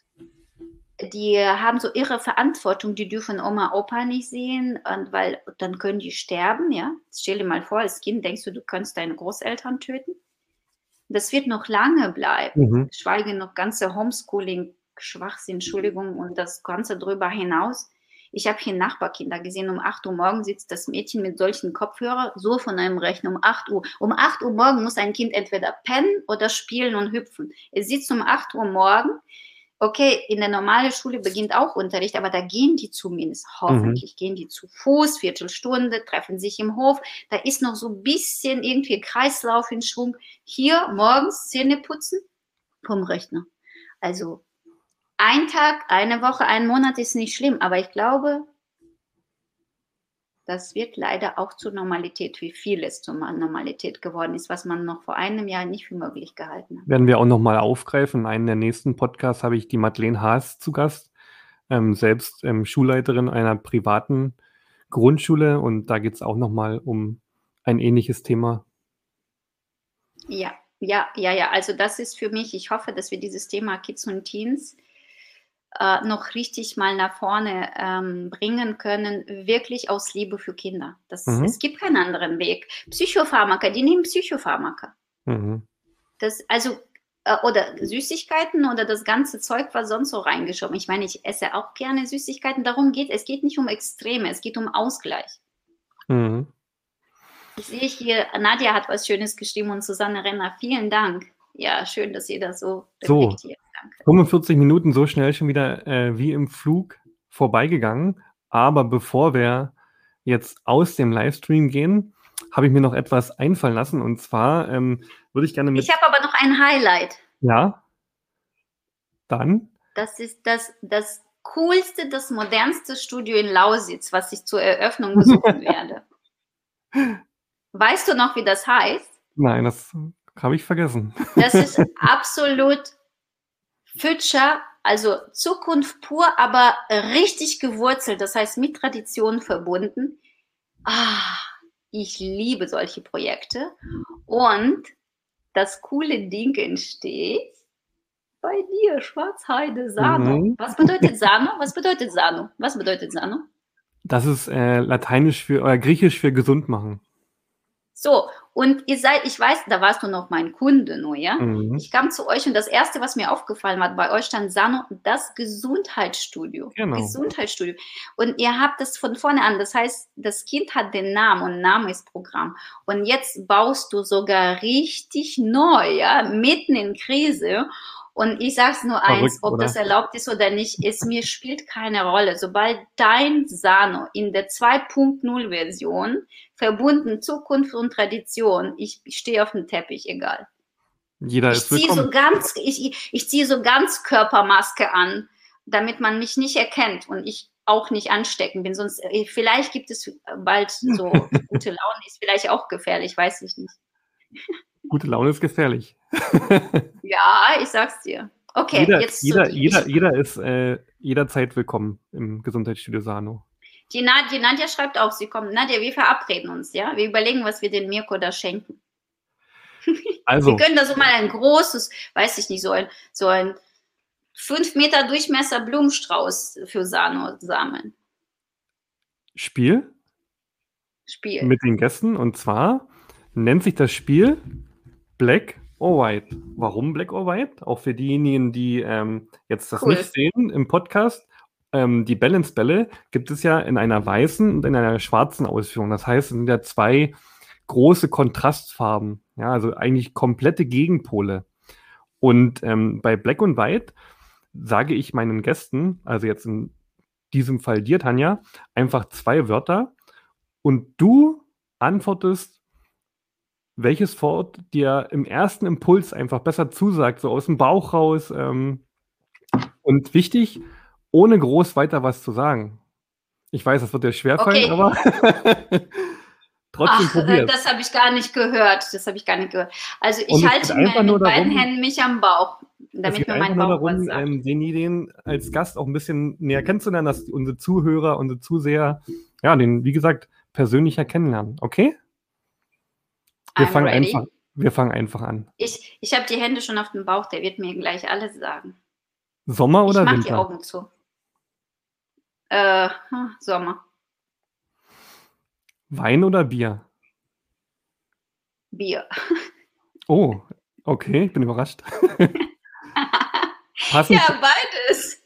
die haben so ihre Verantwortung, die dürfen Oma, Opa nicht sehen, und weil dann können die sterben, ja. Stell dir mal vor, als Kind denkst du, du könntest deine Großeltern töten. Das wird noch lange bleiben, Mhm. schweige noch ganze Homeschooling, Schwachsinn, Entschuldigung, und das Ganze drüber hinaus. Ich habe hier Nachbarkinder gesehen, um acht Uhr morgens sitzt das Mädchen mit solchen Kopfhörern so von einem Rechner um acht Uhr. Um acht Uhr morgens muss ein Kind entweder pennen oder spielen und hüpfen. Es sitzt um acht Uhr morgens. Okay, in der normalen Schule beginnt auch Unterricht, aber da gehen die zumindest, hoffentlich mhm. gehen die zu Fuß, Viertelstunde, treffen sich im Hof, da ist noch so ein bisschen irgendwie Kreislauf in Schwung. Hier morgens Zähne putzen vom Rechner. Also ein Tag, eine Woche, ein Monat ist nicht schlimm, aber ich glaube, das wird leider auch zur Normalität, wie vieles zur Normalität geworden ist, was man noch vor einem Jahr nicht für möglich gehalten hat. Werden wir auch nochmal aufgreifen. In einem der nächsten Podcasts habe ich die Madeleine Haas zu Gast, ähm, selbst ähm, Schulleiterin einer privaten Grundschule, und da geht es auch nochmal um ein ähnliches Thema. Ja, ja, ja, ja. Also das ist für mich, ich hoffe, dass wir dieses Thema Kids und Teens äh, noch richtig mal nach vorne ähm, bringen können, wirklich aus Liebe für Kinder. Das, mhm. Es gibt keinen anderen Weg. Psychopharmaka, die nehmen Psychopharmaka. Mhm. Das, also, äh, oder Süßigkeiten oder das ganze Zeug, was sonst so reingeschoben. Ich meine, ich esse auch gerne Süßigkeiten. Darum geht es. Es geht nicht um Extreme, es geht um Ausgleich. Mhm. Ich sehe hier, Nadja hat was Schönes geschrieben und Susanne Renner, vielen Dank. Ja, schön, dass ihr das so reflektiert. So, danke. fünfundvierzig Minuten so schnell schon wieder äh, wie im Flug vorbeigegangen. Aber bevor wir jetzt aus dem Livestream gehen, habe ich mir noch etwas einfallen lassen. Und zwar ähm, würde ich gerne mit... Ich habe aber noch ein Highlight. Ja? Dann? Das ist das, das coolste, das modernste Studio in Lausitz, was ich zur Eröffnung besuchen werde. Weißt du noch, wie das heißt? Nein, das habe ich vergessen. Das ist absolut Future, also Zukunft pur, aber richtig gewurzelt, das heißt mit Tradition verbunden. Ah, ich liebe solche Projekte. Und das coole Ding entsteht bei dir, Schwarzheide, Sano. Mhm. Was bedeutet Sano? Was bedeutet Sano? Was bedeutet Sano? Das ist äh, lateinisch für, oder griechisch für gesund machen. So, Und ihr seid, ich weiß, da warst du noch mein Kunde nur, ja? Mhm. Ich kam zu euch und das Erste, was mir aufgefallen war, bei euch stand Sano, das Gesundheitsstudio. Genau. Gesundheitsstudio. Und ihr habt das von vorne an, das heißt, das Kind hat den Namen und Name ist Programm. Und jetzt baust du sogar richtig neu, ja, mitten in Krise. Und ich sage es nur eins, Verrückt, ob oder? das erlaubt ist oder nicht, es mir spielt keine Rolle. Sobald dein Sano in der zwei Punkt null Version verbunden Zukunft und Tradition, ich, ich stehe auf dem Teppich, egal. Jeder Ich ist ziehe so willkommen. ganz, ich, ich ziehe so ganz Körpermaske an, damit man mich nicht erkennt und ich auch nicht anstecken bin. Sonst, äh, vielleicht gibt es bald so gute Laune, ist vielleicht auch gefährlich, weiß ich nicht. Gute Laune ist gefährlich. Ja, ich sag's dir. Okay, Jeder, jetzt zu jeder, dir. jeder, Ich, jeder ist äh, jederzeit willkommen im Gesundheitsstudio Sano. die, Nad die Nadja schreibt auch, sie kommt. Nadja, wir verabreden uns, ja? Wir überlegen, was wir den Mirko da schenken. Also, Wir können da so mal ein großes, weiß ich nicht, so ein, so ein fünf Meter Durchmesser Blumenstrauß für Sano sammeln. Spiel Spiel. mit den Gästen. Und zwar nennt sich das Spiel Black or White. Warum Black or White? Auch für diejenigen, die ähm, jetzt das Cool. nicht sehen im Podcast. Ähm, die Balance-Bälle gibt es ja in einer weißen und in einer schwarzen Ausführung. Das heißt, es sind ja zwei große Kontrastfarben. Ja, also eigentlich komplette Gegenpole. Und ähm, bei Black und White sage ich meinen Gästen, also jetzt in diesem Fall dir, Tanja, einfach zwei Wörter und du antwortest, welches Wort dir im ersten Impuls einfach besser zusagt, so aus dem Bauch raus. Ähm, und wichtig, ohne groß weiter was zu sagen. Ich weiß, das wird dir schwerfallen, Okay. aber trotzdem Ach, äh, probiert. das habe ich gar nicht gehört. Das habe ich gar nicht gehört. Also Und ich es halte geht mir einfach mit nur beiden darum, Händen mich am Bauch, es damit geht mir einfach mein nur Bauch was darum, sagt. ähm, denjenigen als Gast auch ein bisschen näher kennenzulernen, dass unsere Zuhörer, unsere Zuseher, ja, den, wie gesagt, persönlicher kennenlernen. Okay? Wir I'm fangen ready. einfach, wir fangen einfach an. Ich, ich habe die Hände schon auf dem Bauch, der wird mir gleich alles sagen. Sommer Ich oder mache die Winter? Augen zu. Äh, hm, Sommer. Wein oder Bier? Bier. Oh, okay, ich bin überrascht. Passend, Ja, beides.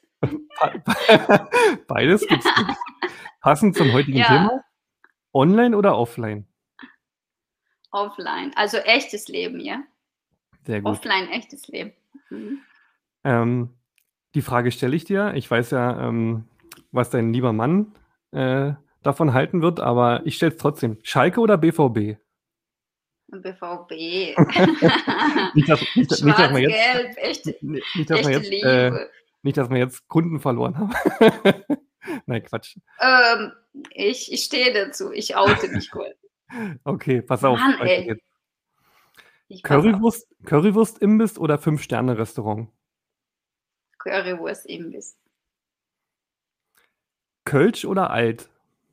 beides gibt's nicht. Passend zum heutigen Ja. Thema, online oder offline? Offline. Also echtes Leben, ja? Sehr gut. Offline, echtes Leben. Mhm. Ähm, die Frage stelle ich dir. Ich weiß ja, ähm, was dein lieber Mann äh, davon halten wird, aber ich stelle es trotzdem. Schalke oder B V B? B V B. Nicht, dass, nicht, nicht, dass wir jetzt, Schwarz-Gelb, echte, nicht, dass wir echte jetzt, äh, Liebe. nicht, dass wir jetzt Kunden verloren haben. Nein, Quatsch. Ähm, ich, ich stehe dazu. Ich oute mich kurz. Okay, pass auf. Mann, weiter ey. geht's. Ich pass auf. Currywurst, Currywurst-Imbiss oder Fünf-Sterne-Restaurant? Currywurst-Imbiss. Kölsch oder Alt?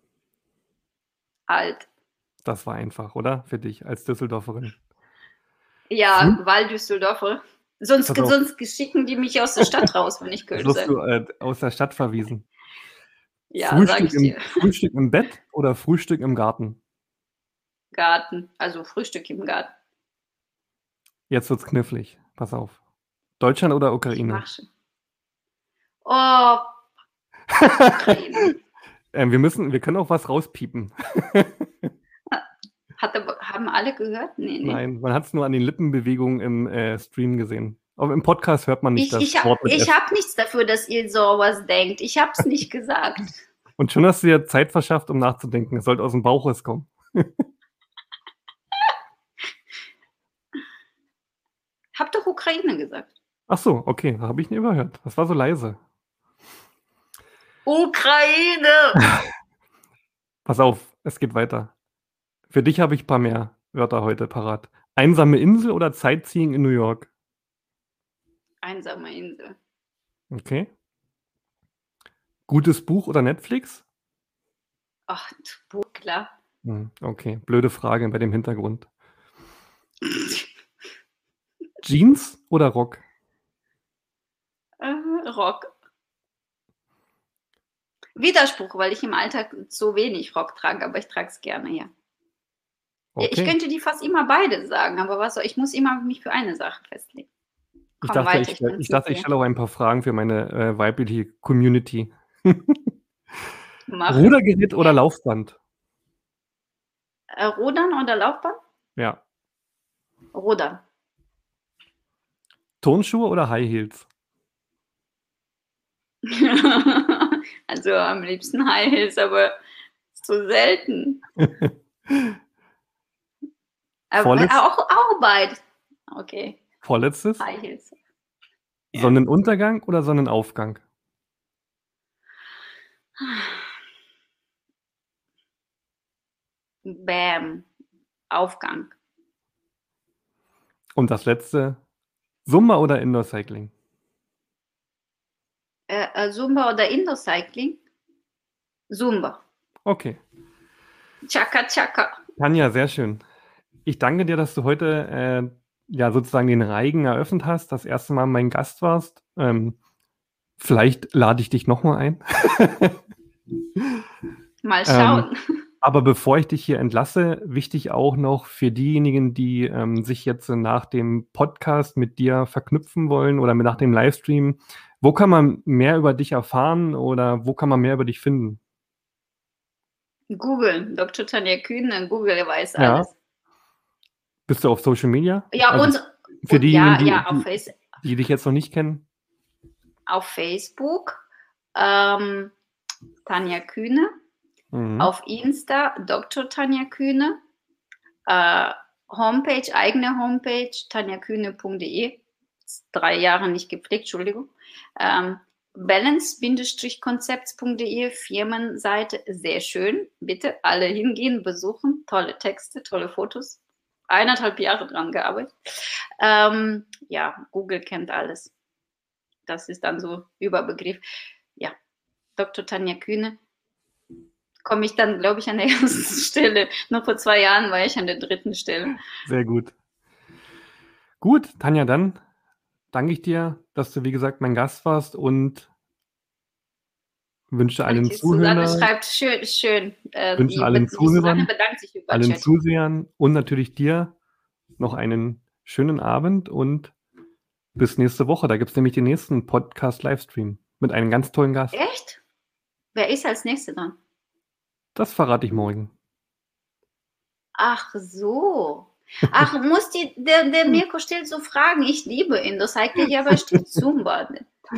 Alt. Das war einfach, oder? Für dich als Düsseldorferin. Ja, Hm? Waldüsseldorfer. Sonst, Pass auf. sonst schicken die mich aus der Stadt raus, wenn ich Jetzt Kölsch wirst sage. du äh, aus der Stadt verwiesen. Ja, sag Frühstück ich im, dir. Frühstück im Bett oder Frühstück im Garten? Garten. Also Frühstück im Garten. Jetzt wird's knifflig. Pass auf. Deutschland oder Ich Ukraine? mach schon. Oh, Ukraine. ähm, wir müssen, wir können auch was rauspiepen. Hat, aber- haben alle gehört? Nee, nee. Nein, man hat es nur an den Lippenbewegungen im äh, Stream gesehen. Aber im Podcast hört man nicht Ich, das ich, Wort mit ich F. habe nichts dafür, dass ihr sowas denkt. Ich habe es nicht gesagt. Und schon hast du dir Zeit verschafft, um nachzudenken. Es sollte aus dem Bauch rauskommen. Hab doch Ukraine gesagt. Ach so, okay, habe ich nicht überhört. Das war so leise. Ukraine! Pass auf, es geht weiter. Für dich habe ich ein paar mehr Wörter heute parat. Einsame Insel oder Sightseeing in New York? Einsame Insel. Okay. Gutes Buch oder Netflix? Ach, Buch, klar. Hm, okay, blöde Frage bei dem Hintergrund. Jeans oder Rock? Äh, Rock. Widerspruch, weil ich im Alltag so wenig Rock trage, aber ich trage es gerne, ja. Ich Okay. könnte die fast immer beide sagen, aber was soll ich muss immer mich für eine Sache festlegen. Ich Komm dachte, weiter, ich ich stelle bin's ich mit dachte, ich dir. stelle auch ein paar Fragen für meine, äh, weibliche Community. Mache. Rudergerät oder Laufband? Äh, Rudern oder Laufband? Ja. Rudern. Turnschuhe oder High Heels? Also, am liebsten High Heels, aber so selten. Aber Vorletz auch auch beides. Okay, Vorletztes. High Heels. Ja. Sonnenuntergang oder Sonnenaufgang? Bäm, Aufgang. Und das Letzte, Zumba oder Indoor Cycling? Äh, äh, Zumba oder Indoor Cycling? Zumba. Okay. Chaka Chaka. Tanja, sehr schön. Ich danke dir, dass du heute, äh, ja, sozusagen den Reigen eröffnet hast, das erste Mal mein Gast warst. Ähm, vielleicht lade ich dich noch mal ein. Mal Ähm, schauen. aber bevor ich dich hier entlasse, wichtig auch noch für diejenigen, die, ähm, sich jetzt nach dem Podcast mit dir verknüpfen wollen oder nach dem Livestream. Wo kann man mehr über dich erfahren oder wo kann man mehr über dich finden? Googeln, Doktor Tanja Kühne, Google weiß Ja. alles. Bist du auf Social Media? Ja, Also, und für und diejenigen, ja, die ja, auf die Face die dich jetzt noch nicht kennen? auf Facebook, ähm, Tanja Kühne, Mhm. auf Insta Doktor Tanja Kühne, äh, Homepage, eigene Homepage, tanjakühne punkt de. Drei Jahre nicht gepflegt, Entschuldigung. Ähm, balance-konzepts punkt de, Firmenseite, sehr schön. Bitte alle hingehen, besuchen. Tolle Texte, tolle Fotos. Eineinhalb Jahre dran gearbeitet. Ähm, ja, Google kennt alles. Das ist dann so Überbegriff. Ja, Doktor Tanja Kühne. Komme ich dann, glaube ich, an der ersten Stelle. Noch vor zwei Jahren war ich an der dritten Stelle. Sehr gut. Gut, Tanja, dann danke ich dir, dass du, wie gesagt, mein Gast warst und wünsche allen Die Susanne Zuhörern schreibt schön, schön. Äh, wünsche die, allen die Susanne Zuhörern, bedankt sich über allen Chat. Zusehern und natürlich dir noch einen schönen Abend und bis nächste Woche. Da gibt es nämlich den nächsten Podcast-Livestream mit einem ganz tollen Gast. Echt? Wer ist als Nächster dran? Das verrate ich morgen. Ach so. Ach, muss die, der, der Mirko stellt so Fragen. Ich liebe ihn. Das zeigt ja bei Zumba.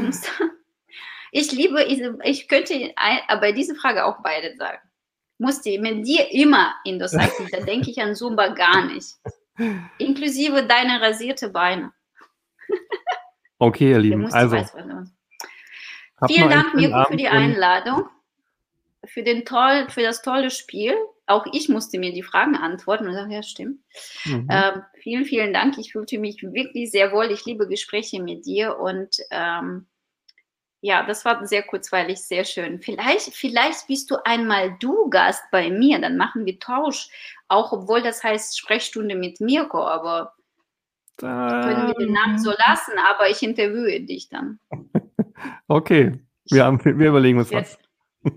Ich liebe, ich, ich könnte ein, aber diese Frage auch beide sagen. Muss die mit dir immer in das Cycling, da denke ich an Zumba gar nicht. Inklusive deine rasierte Beine. Okay, ihr Der Lieben, muss also weiß, was los. habt Vielen noch einen Dank, schönen Mirko, für Abend die und Einladung, für, den toll, für das tolle Spiel. Auch ich musste mir die Fragen antworten und sage, ja, stimmt. mhm. Ähm, vielen, vielen Dank. Ich fühlte mich wirklich sehr wohl. Ich liebe Gespräche mit dir und ähm, ja, das war sehr kurzweilig, sehr schön. Vielleicht, vielleicht bist du einmal du Gast bei mir, dann machen wir Tausch. Auch obwohl das heißt Sprechstunde mit Mirko, aber können wir den Namen so lassen, aber ich interviewe dich dann. Okay, wir, haben, wir überlegen uns Jetzt. was.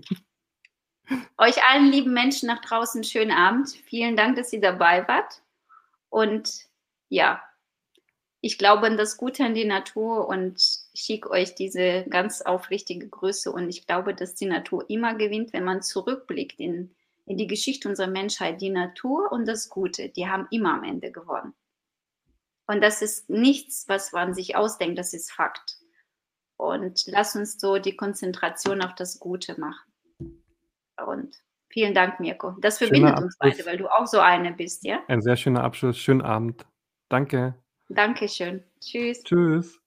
Euch allen lieben Menschen nach draußen schönen Abend. Vielen Dank, dass ihr dabei wart. Und ja, ich glaube an das Gute an die Natur und schicke euch diese ganz aufrichtige Grüße. Und ich glaube, dass die Natur immer gewinnt, wenn man zurückblickt in, in die Geschichte unserer Menschheit. Die Natur und das Gute, die haben immer am Ende gewonnen. Und das ist nichts, was man sich ausdenkt, das ist Fakt. Und lass uns so die Konzentration auf das Gute machen. Und vielen Dank, Mirko. Das verbindet uns beide, weil du auch so eine bist, ja? Ein sehr schöner Abschluss. Schönen Abend. Danke. Dankeschön. Tschüss. Tschüss.